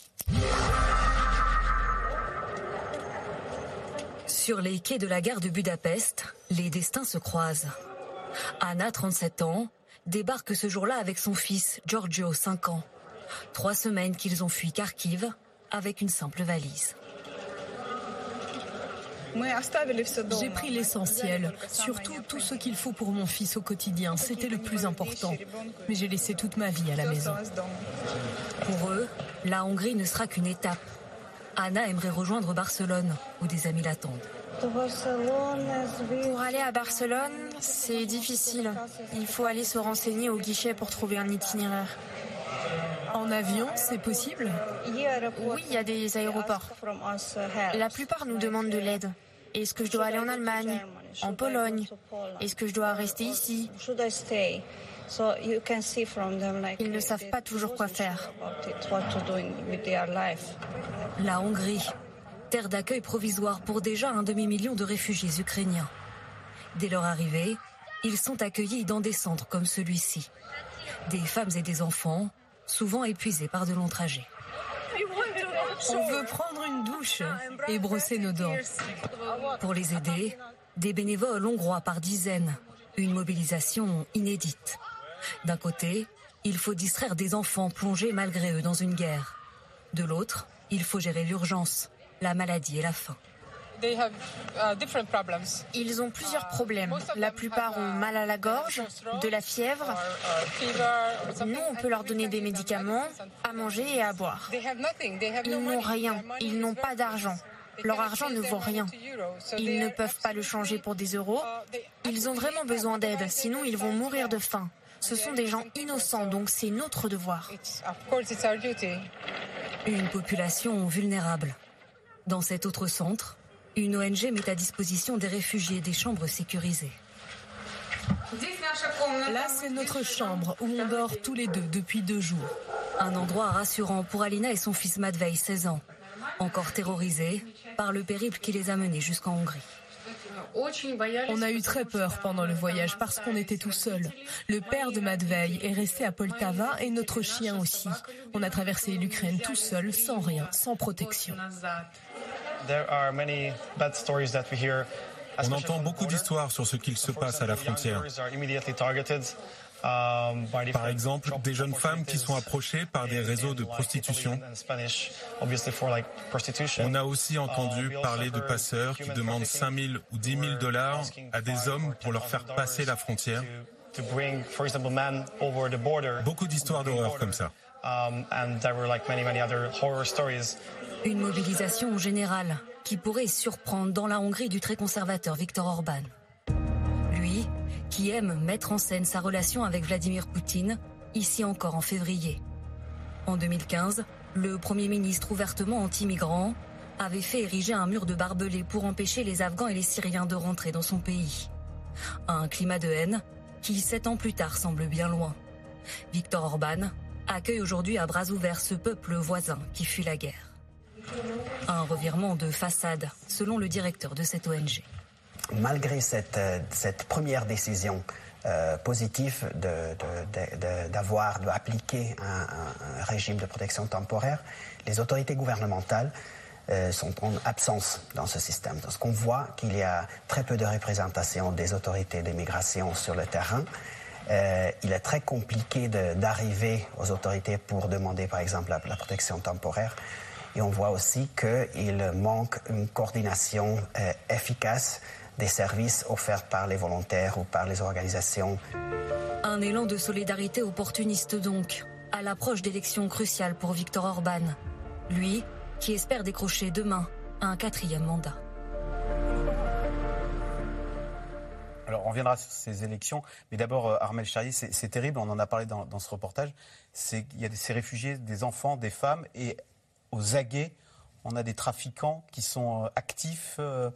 Sur les quais de la gare de Budapest, les destins se croisent. Anna, 37 ans, débarque ce jour-là avec son fils, Giorgio, 5 ans. 3 semaines qu'ils ont fui Kharkiv avec une simple valise. J'ai pris l'essentiel, surtout tout ce qu'il faut pour mon fils au quotidien. C'était le plus important. Mais j'ai laissé toute ma vie à la maison. Pour eux, la Hongrie ne sera qu'une étape. Anna aimerait rejoindre Barcelone, où des amis l'attendent. Pour aller à Barcelone, c'est difficile. Il faut aller se renseigner au guichet pour trouver un itinéraire. En avion, c'est possible ? Oui, il y a des aéroports. La plupart nous demandent de l'aide. Est-ce que je dois aller en Allemagne, en Pologne? Est-ce que je dois rester ici? Ils ne savent pas toujours quoi faire. La Hongrie, terre d'accueil provisoire pour déjà un demi-million de réfugiés ukrainiens. Dès leur arrivée, ils sont accueillis dans des centres comme celui-ci. Des femmes et des enfants, souvent épuisés par de longs trajets. On veut prendre une douche et brosser nos dents. Pour les aider, des bénévoles hongrois par dizaines. Une mobilisation inédite. D'un côté, il faut distraire des enfants plongés malgré eux dans une guerre. De l'autre, il faut gérer l'urgence, la maladie et la faim. Ils ont plusieurs problèmes. La plupart ont mal à la gorge, de la fièvre. Nous, on peut leur donner des médicaments, à manger et à boire. Ils n'ont rien, ils n'ont pas d'argent. Leur argent ne vaut rien. Ils ne peuvent pas le changer pour des euros. Ils ont vraiment besoin d'aide, sinon ils vont mourir de faim. Ce sont des gens innocents, donc c'est notre devoir. Une population vulnérable. Dans cet autre centre, une ONG met à disposition des réfugiés des chambres sécurisées. Là, c'est notre chambre où on dort tous les deux depuis 2 jours. Un endroit rassurant pour Alina et son fils Matvei, 16 ans, encore terrorisés par le périple qui les a menés jusqu'en Hongrie. On a eu très peur pendant le voyage parce qu'on était tout seul. Le père de Matvei est resté à Poltava et notre chien aussi. On a traversé l'Ukraine tout seul, sans rien, sans protection. On entend beaucoup d'histoires sur ce qu'il se passe à la frontière. Par exemple, des jeunes femmes qui sont approchées par des réseaux de prostitution. On a aussi entendu parler de passeurs qui demandent 5 000 ou 10 000 dollars à des hommes pour leur faire passer la frontière. Beaucoup d'histoires d'horreur comme ça. Une mobilisation générale qui pourrait surprendre dans la Hongrie du très conservateur Viktor Orban. Lui, qui aime mettre en scène sa relation avec Vladimir Poutine, ici encore en février. En 2015, le Premier ministre ouvertement anti-migrant avait fait ériger un mur de barbelés pour empêcher les Afghans et les Syriens de rentrer dans son pays. Un climat de haine qui, 7 ans plus tard, semble bien loin. Viktor Orban accueille aujourd'hui à bras ouverts ce peuple voisin qui fuit la guerre. Un revirement de façade, selon le directeur de cette ONG. Malgré cette première décision positive d'appliquer un régime de protection temporaire, les autorités gouvernementales sont en absence dans ce système. Parce qu'on voit qu'il y a très peu de représentation des autorités d'immigration sur le terrain. Il est très compliqué d'arriver aux autorités pour demander, par exemple, la protection temporaire. Et on voit aussi qu'il manque une coordination efficace des services offerts par les volontaires ou par les organisations. Un élan de solidarité opportuniste donc, à l'approche d'élections cruciales pour Viktor Orban. Lui, qui espère décrocher demain un 4e mandat. Alors, on reviendra sur ces élections, mais d'abord, Armelle Charrier, c'est terrible, on en a parlé dans ce reportage, il y a ces réfugiés, des enfants, des femmes, et aux aguets, on a des trafiquants qui sont actifs.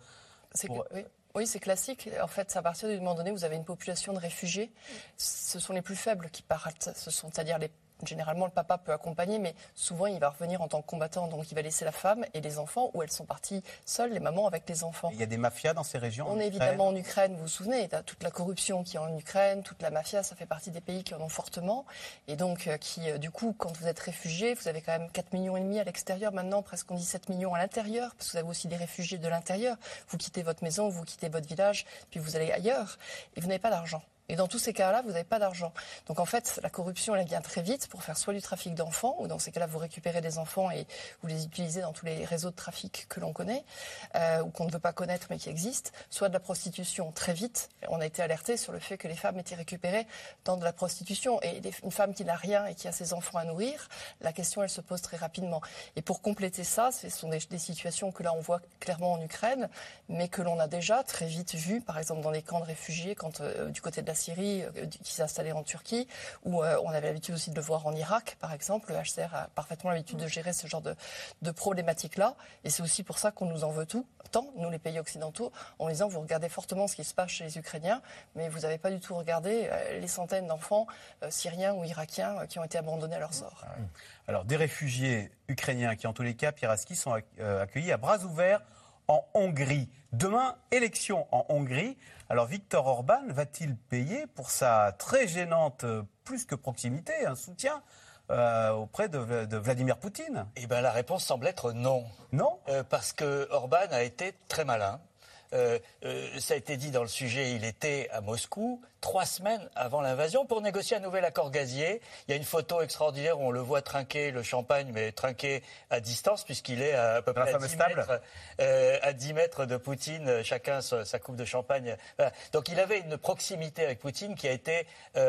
Oui, c'est classique. En fait, à partir du moment donné, vous avez une population de réfugiés. Ce sont les plus faibles qui partent. C'est-à-dire généralement, le papa peut accompagner, mais souvent, il va revenir en tant que combattant. Donc, il va laisser la femme et les enfants, où elles sont parties seules, les mamans avec les enfants. Il y a des mafias dans ces régions. On est évidemment en Ukraine, vous vous souvenez, toute la corruption qui est en Ukraine, toute la mafia, ça fait partie des pays qui en ont fortement. Et donc, du coup, quand vous êtes réfugié, vous avez quand même 4,5 millions à l'extérieur. Maintenant, presque on dit 7 millions à l'intérieur, parce que vous avez aussi des réfugiés de l'intérieur. Vous quittez votre maison, vous quittez votre village, puis vous allez ailleurs, et vous n'avez pas d'argent. Et dans tous ces cas-là, vous n'avez pas d'argent. Donc en fait, la corruption, elle vient très vite pour faire soit du trafic d'enfants, ou dans ces cas-là, vous récupérez des enfants et vous les utilisez dans tous les réseaux de trafic que l'on connaît, ou qu'on ne veut pas connaître mais qui existent, soit de la prostitution très vite. On a été alerté sur le fait que les femmes étaient récupérées dans de la prostitution. Et une femme qui n'a rien et qui a ses enfants à nourrir, la question, elle se pose très rapidement. Et pour compléter ça, ce sont des situations que là, on voit clairement en Ukraine, mais que l'on a déjà très vite vues, par exemple dans les camps de réfugiés, quand du côté de la Syrie qui s'est installée en Turquie, où on avait l'habitude aussi de le voir en Irak, par exemple. Le HCR a parfaitement l'habitude de gérer ce genre de problématiques-là. Et c'est aussi pour ça qu'on nous en veut tant, nous les pays occidentaux, en disant vous regardez fortement ce qui se passe chez les Ukrainiens, mais vous n'avez pas du tout regardé les centaines d'enfants syriens ou irakiens qui ont été abandonnés à leur sort. Alors des réfugiés ukrainiens qui, en tous les cas, Pierre Aski, sont accueillis à bras ouverts en Hongrie. Demain, élection en Hongrie. Alors Viktor Orban va-t-il payer pour sa très gênante, plus que proximité, un soutien auprès de Vladimir Poutine? Eh bien, la réponse semble être non. Non parce que Orban a été très malin. Ça a été dit dans le sujet, il était à Moscou 3 semaines avant l'invasion pour négocier un nouvel accord gazier. Il y a une photo extraordinaire où on le voit trinquer le champagne, mais trinquer à distance, puisqu'il est à peu près à 10 mètres de Poutine, chacun sa coupe de champagne. Voilà. Donc il avait une proximité avec Poutine qui a été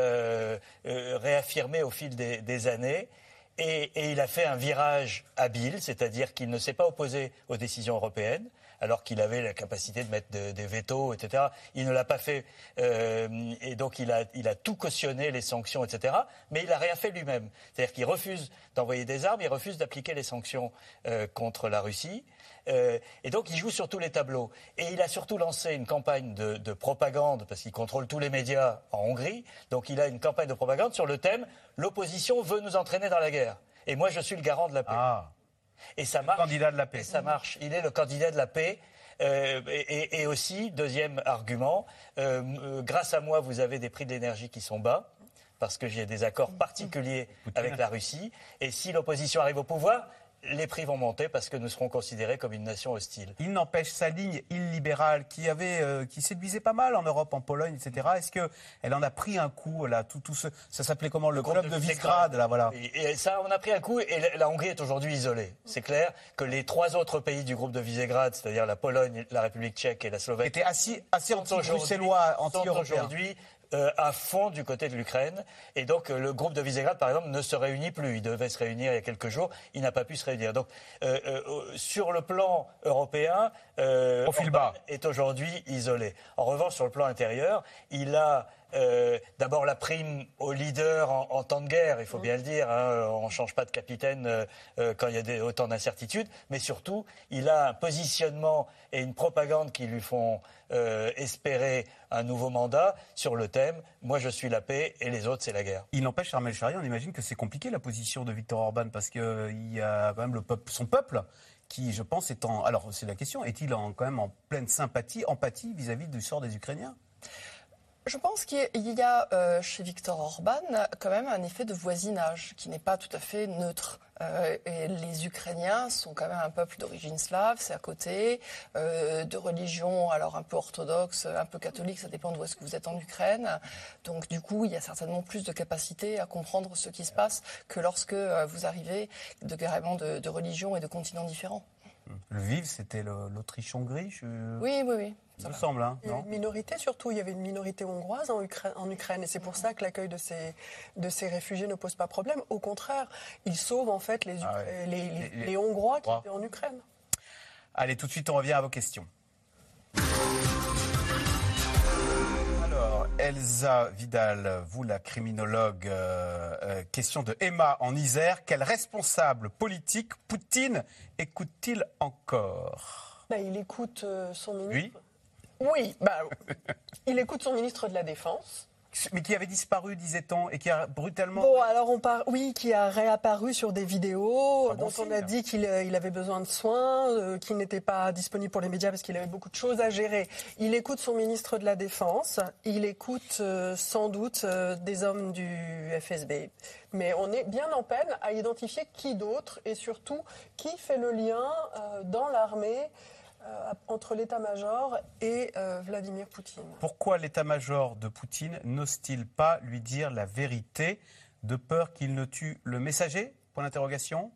réaffirmée au fil des années. Et il a fait un virage habile, c'est-à-dire qu'il ne s'est pas opposé aux décisions européennes, alors qu'il avait la capacité de mettre des vétos, etc. Il ne l'a pas fait, et donc il a tout cautionné, les sanctions, etc. Mais il n'a rien fait lui-même. C'est-à-dire qu'il refuse d'envoyer des armes, il refuse d'appliquer les sanctions contre la Russie. Et donc il joue sur tous les tableaux. Et il a surtout lancé une campagne de propagande, parce qu'il contrôle tous les médias en Hongrie. Donc il a une campagne de propagande sur le thème « L'opposition veut nous entraîner dans la guerre. Et moi je suis le garant de la paix. » Et ça marche. Le candidat de la paix. Et ça marche. Il est le candidat de la paix. Et aussi, deuxième argument, grâce à moi, vous avez des prix de l'énergie qui sont bas, parce que j'ai des accords particuliers avec la Russie. Et si l'opposition arrive au pouvoir, les prix vont monter parce que nous serons considérés comme une nation hostile. Il n'empêche sa ligne illibérale qui séduisait pas mal en Europe, en Pologne, etc. Est-ce qu'elle en a pris un coup là, ça s'appelait comment, le club de Visegrad là, voilà. Et ça, on a pris un coup et la Hongrie est aujourd'hui isolée. C'est clair que les 3 autres pays du groupe de Visegrad, c'est-à-dire la Pologne, la République tchèque et la Slovaquie, étaient assez anti-bruxellois, anti-européens. Aujourd'hui à fond du côté de l'Ukraine. Et donc, le groupe de Visegrad, par exemple, ne se réunit plus. Il devait se réunir il y a quelques jours. Il n'a pas pu se réunir. Donc, sur le plan européen, Orban est aujourd'hui isolé. En revanche, sur le plan intérieur, il a d'abord la prime aux leaders en temps de guerre, il faut bien le dire. On ne change pas de capitaine quand il y a autant d'incertitudes. Mais surtout, il a un positionnement et une propagande qui lui font espérer un nouveau mandat sur le thème « Moi, je suis la paix et les autres, c'est la guerre ». Il n'empêche, Armelle Charrier, on imagine que c'est compliqué la position de Viktor Orban parce qu'il y a quand même son peuple qui, je pense, alors, c'est la question, est-il quand même en pleine empathie vis-à-vis du sort des Ukrainiens ? Je pense qu'il y a chez Viktor Orban quand même un effet de voisinage qui n'est pas tout à fait neutre. Et les Ukrainiens sont quand même un peuple d'origine slave, c'est à côté, de religion alors un peu orthodoxe, un peu catholique, ça dépend d'où est-ce que vous êtes en Ukraine. Donc du coup, il y a certainement plus de capacité à comprendre ce qui se passe que lorsque vous arrivez carrément de religions et de continents différents. Lviv, c'était l'Autriche-Hongrie Oui. Ça me semble, hein, il y a une minorité, surtout, il y avait une minorité hongroise en Ukraine, et c'est pour ça que l'accueil de ces réfugiés ne pose pas problème. Au contraire, ils sauvent en fait les Hongrois qui étaient en Ukraine. Allez, tout de suite, on revient à vos questions. Alors, Elsa Vidal, vous la criminologue, question de Emma en Isère. Quel responsable politique Poutine écoute-t-il encore ? Il écoute son ministre. Lui ? Oui, il écoute son ministre de la Défense. Mais qui avait disparu, disait-on, et qui a brutalement... Bon, alors qui a réapparu sur des vidéos, dont on a dit qu'il avait besoin de soins, qu'il n'était pas disponible pour les médias parce qu'il avait beaucoup de choses à gérer. Il écoute son ministre de la Défense, il écoute sans doute des hommes du FSB. Mais on est bien en peine à identifier qui d'autre, et surtout qui fait le lien dans l'armée entre l'état-major et Vladimir Poutine. Pourquoi l'état-major de Poutine n'ose-t-il pas lui dire la vérité, de peur qu'il ne tue le messager ? Point d'interrogation.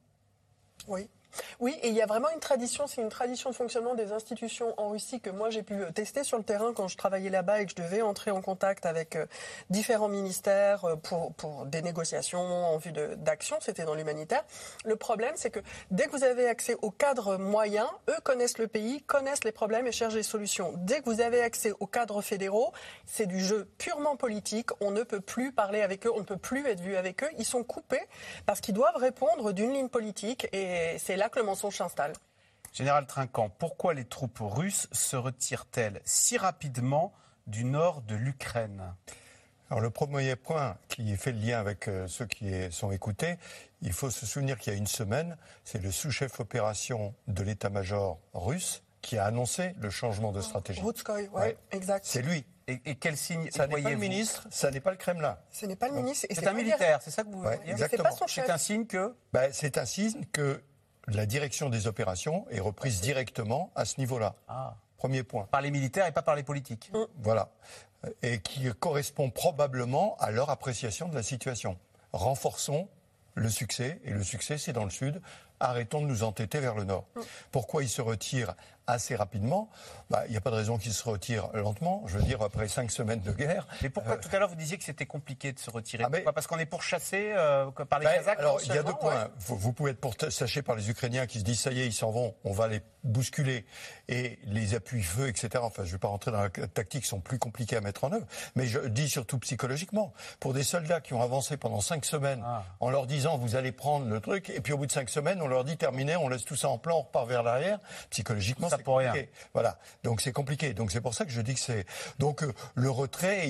Oui, et il y a vraiment une tradition, c'est une tradition de fonctionnement des institutions en Russie que moi j'ai pu tester sur le terrain quand je travaillais là-bas et que je devais entrer en contact avec différents ministères pour des négociations en vue d'action, c'était dans l'humanitaire. Le problème, c'est que dès que vous avez accès aux cadres moyens, eux connaissent le pays, connaissent les problèmes et cherchent des solutions. Dès que vous avez accès aux cadres fédéraux, c'est du jeu purement politique, on ne peut plus parler avec eux, on ne peut plus être vu avec eux, ils sont coupés parce qu'ils doivent répondre d'une ligne politique et c'est là que le mensonge s'installe. Général Trinquant, pourquoi les troupes russes se retirent-elles si rapidement du nord de l'Ukraine ? Alors le premier point qui fait le lien avec ceux qui sont écoutés, il faut se souvenir qu'il y a une semaine, c'est le sous-chef opération de l'état-major russe qui a annoncé le changement de stratégie. Routskoï, exact. C'est lui. Et quel signe ça n'est pas le ministre, ça n'est pas le Kremlin. Ce n'est pas le ministre. C'est un militaire, c'est ça que vous voulez dire ? Exactement. C'est un signe que... C'est un signe que la direction des opérations est reprise directement à ce niveau-là. Premier point. Par les militaires et pas par les politiques. Voilà. Et qui correspond probablement à leur appréciation de la situation. Renforçons le succès, et le succès c'est dans le sud. Arrêtons de nous entêter vers le nord. Pourquoi ils se retirent assez rapidement ? Il n'y a pas de raison qu'ils se retirent lentement. Je veux dire, après 5 semaines de guerre. Mais pourquoi tout à l'heure vous disiez que c'était compliqué de se retirer ? Pourquoi ? Parce qu'on est pourchassé par les Kazakhs ? Alors, il y a 2 points. Vous pouvez être pourchassé par les Ukrainiens qui se disent ça y est, ils s'en vont, on va les bousculer. Et les appuis-feu, etc. Enfin, je ne vais pas rentrer dans la tactique, sont plus compliqués à mettre en œuvre. Mais je dis surtout psychologiquement. Pour des soldats qui ont avancé pendant 5 semaines en leur disant vous allez prendre le truc, et puis au bout de 5 semaines, on leur dit terminé, on laisse tout ça en plan, on repart vers l'arrière. Psychologiquement, c'est compliqué. Rien. Voilà. Donc c'est compliqué. Donc c'est pour ça que je dis que c'est. Donc le retrait,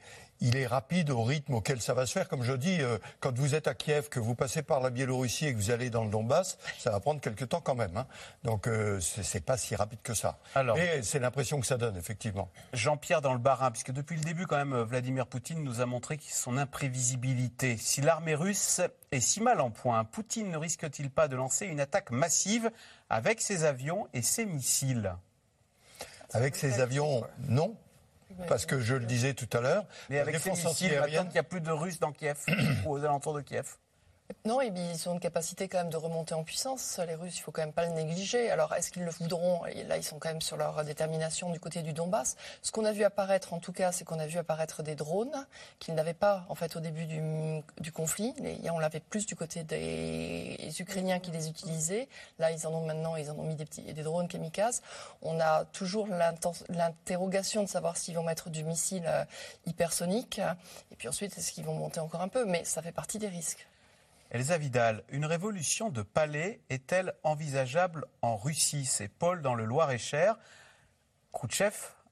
il est rapide au rythme auquel ça va se faire. Comme je dis, quand vous êtes à Kiev, que vous passez par la Biélorussie et que vous allez dans le Donbass, ça va prendre quelques temps quand même. Hein. Donc c'est pas si rapide que ça. Mais c'est l'impression que ça donne, effectivement. Jean-Pierre dans le Bas-Rhin, puisque depuis le début, quand même, Vladimir Poutine nous a montré son imprévisibilité. Si l'armée russe est si mal en point, Poutine ne risque-t-il pas de lancer une attaque massive avec ses avions et ses missiles ? Avec ses avions, non. Parce que je le disais tout à l'heure, mais avec ces missiles, maintenant qu'il n'y a plus de Russes dans Kiev ou aux alentours de Kiev. Non, et bien, ils ont une capacité quand même de remonter en puissance. Les Russes, il faut quand même pas le négliger. Alors, est-ce qu'ils le voudront ? Et là, ils sont quand même sur leur détermination du côté du Donbass. Ce qu'on a vu apparaître, en tout cas, c'est qu'on a vu apparaître des drones qu'ils n'avaient pas, en fait, au début du conflit. On l'avait plus du côté des Ukrainiens qui les utilisaient. Là, ils en ont mis des drones kamikazes. On a toujours l'interrogation de savoir s'ils vont mettre du missile hypersonique. Et puis ensuite, est-ce qu'ils vont monter encore un peu ? Mais ça fait partie des risques. Elsa Vidal, une révolution de palais est-elle envisageable en Russie ? C'est Paul dans le Loir-et-Cher. Khrouchtchev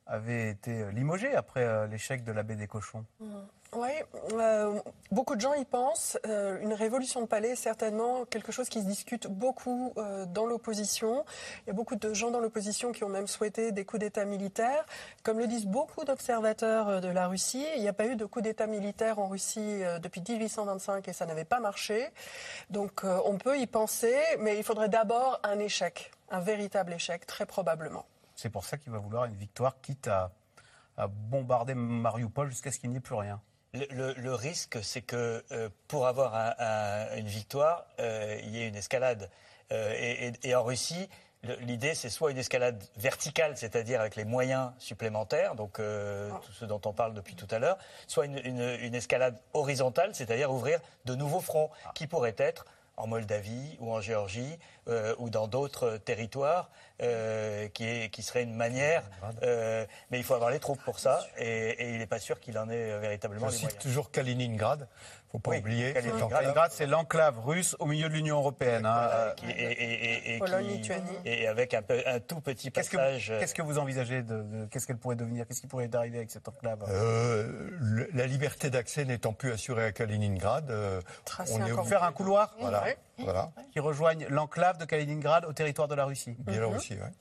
avait été limogé après l'échec de la baie des Cochons. Oui, beaucoup de gens y pensent. Une révolution de palais est certainement quelque chose qui se discute beaucoup dans l'opposition. Il y a beaucoup de gens dans l'opposition qui ont même souhaité des coups d'État militaires. Comme le disent beaucoup d'observateurs de la Russie, il n'y a pas eu de coup d'État militaire en Russie depuis 1825 et ça n'avait pas marché. Donc on peut y penser, mais il faudrait d'abord un échec, un véritable échec, très probablement. C'est pour ça qu'il va vouloir une victoire, quitte à bombarder Mariupol jusqu'à ce qu'il n'y ait plus rien. Le risque, c'est que pour avoir une victoire, il y ait une escalade. Et en Russie, l'idée, c'est soit une escalade verticale, c'est-à-dire avec les moyens supplémentaires, donc tout ce dont on parle depuis tout à l'heure, soit une escalade horizontale, c'est-à-dire ouvrir de nouveaux fronts qui pourraient être en Moldavie ou en Géorgie ou dans d'autres territoires, qui serait une manière. Mais il faut avoir les troupes pour ça, et il n'est pas sûr qu'il en ait véritablement les moyens. Je cite toujours Kaliningrad. Il ne faut pas oublier. Kaliningrad, c'est l'enclave russe au milieu de l'Union européenne. Pologne-Lituanie. Et avec un tout petit passage. Qu'est-ce que vous envisagez qu'est-ce qu'elle pourrait devenir? Qu'est-ce qui pourrait arriver avec cette enclave? La liberté d'accès n'étant plus assurée à Kaliningrad, faire un couloir voilà. Qui rejoigne l'enclave de Kaliningrad au territoire de la Russie. Biélorussie, oui.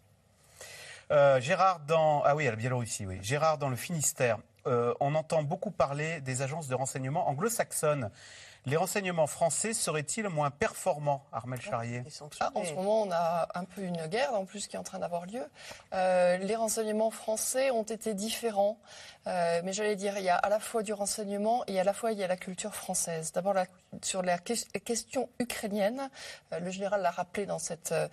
Gérard la Biélorussie, oui. Gérard, dans le Finistère, on entend beaucoup parler des agences de renseignement anglo-saxonnes. Les renseignements français seraient-ils moins performants, Armelle Charrier? En ce moment, on a un peu une guerre en plus qui est en train d'avoir lieu. Les renseignements français ont été différents, mais j'allais dire, il y a à la fois du renseignement et à la fois il y a la culture française. D'abord, sur la question ukrainienne, le général l'a rappelé dans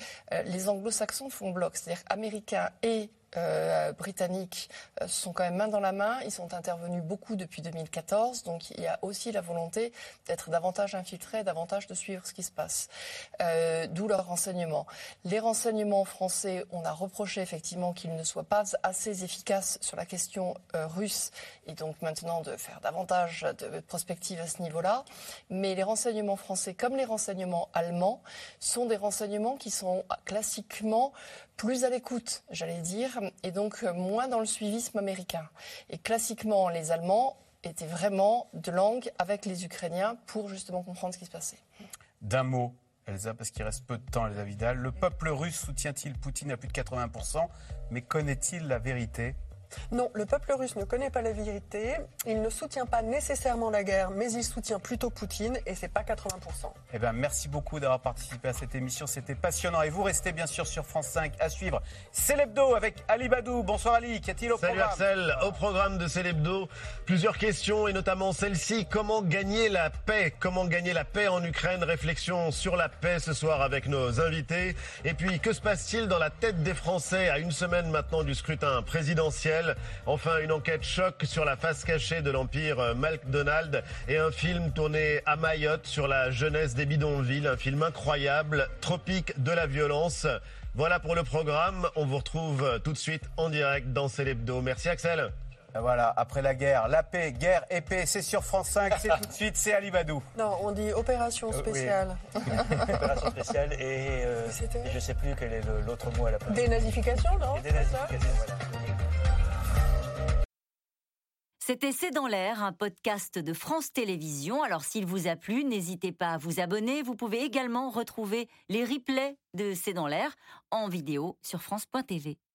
les anglo-saxons font bloc, c'est-à-dire américains et britanniques sont quand même main dans la main. Ils sont intervenus beaucoup depuis 2014, donc il y a aussi la volonté d'être davantage infiltrés, davantage de suivre ce qui se passe. D'où leurs renseignements. Les renseignements français, on a reproché effectivement qu'ils ne soient pas assez efficaces sur la question russe, et donc maintenant de faire davantage de prospectives à ce niveau-là. Mais les renseignements français, comme les renseignements allemands, sont des renseignements qui sont classiquement plus à l'écoute, j'allais dire, et donc moins dans le suivisme américain. Et classiquement, les Allemands étaient vraiment de langue avec les Ukrainiens pour justement comprendre ce qui se passait. D'un mot, Elsa, parce qu'il reste peu de temps, Elsa Vidal, le peuple russe soutient-il Poutine à plus de 80%, mais connaît-il la vérité ? Non, le peuple russe ne connaît pas la vérité. Il ne soutient pas nécessairement la guerre, mais il soutient plutôt Poutine, et c'est pas 80%. Eh bien, merci beaucoup d'avoir participé à cette émission. C'était passionnant. Et vous restez bien sûr sur France 5 à suivre C'est l'Hebdo avec Ali Badou. Bonsoir Ali, qu'y a-t-il au programme ? Salut Axel, au programme de C'est l'Hebdo, plusieurs questions et notamment celle-ci. Comment gagner la paix ? Comment gagner la paix en Ukraine ? Réflexion sur la paix ce soir avec nos invités. Et puis, que se passe-t-il dans la tête des Français à une semaine maintenant du scrutin présidentiel ? Enfin, une enquête choc sur la face cachée de l'empire McDonald's et un film tourné à Mayotte sur la jeunesse des bidonvilles. Un film incroyable, tropique de la violence. Voilà pour le programme. On vous retrouve tout de suite en direct dans C'est l'Hebdo. Merci Axel. Voilà, après la guerre, la paix, guerre et paix, c'est sur France 5, c'est tout de suite, c'est Ali Badou. Non, on dit opération spéciale. Oui. Opération spéciale et je ne sais plus quel est l'autre mot à la place. Dénazification, non ? Dénazification, voilà. C'était C'est dans l'air, un podcast de France Télévisions. Alors s'il vous a plu, n'hésitez pas à vous abonner. Vous pouvez également retrouver les replays de C'est dans l'air en vidéo sur France.tv.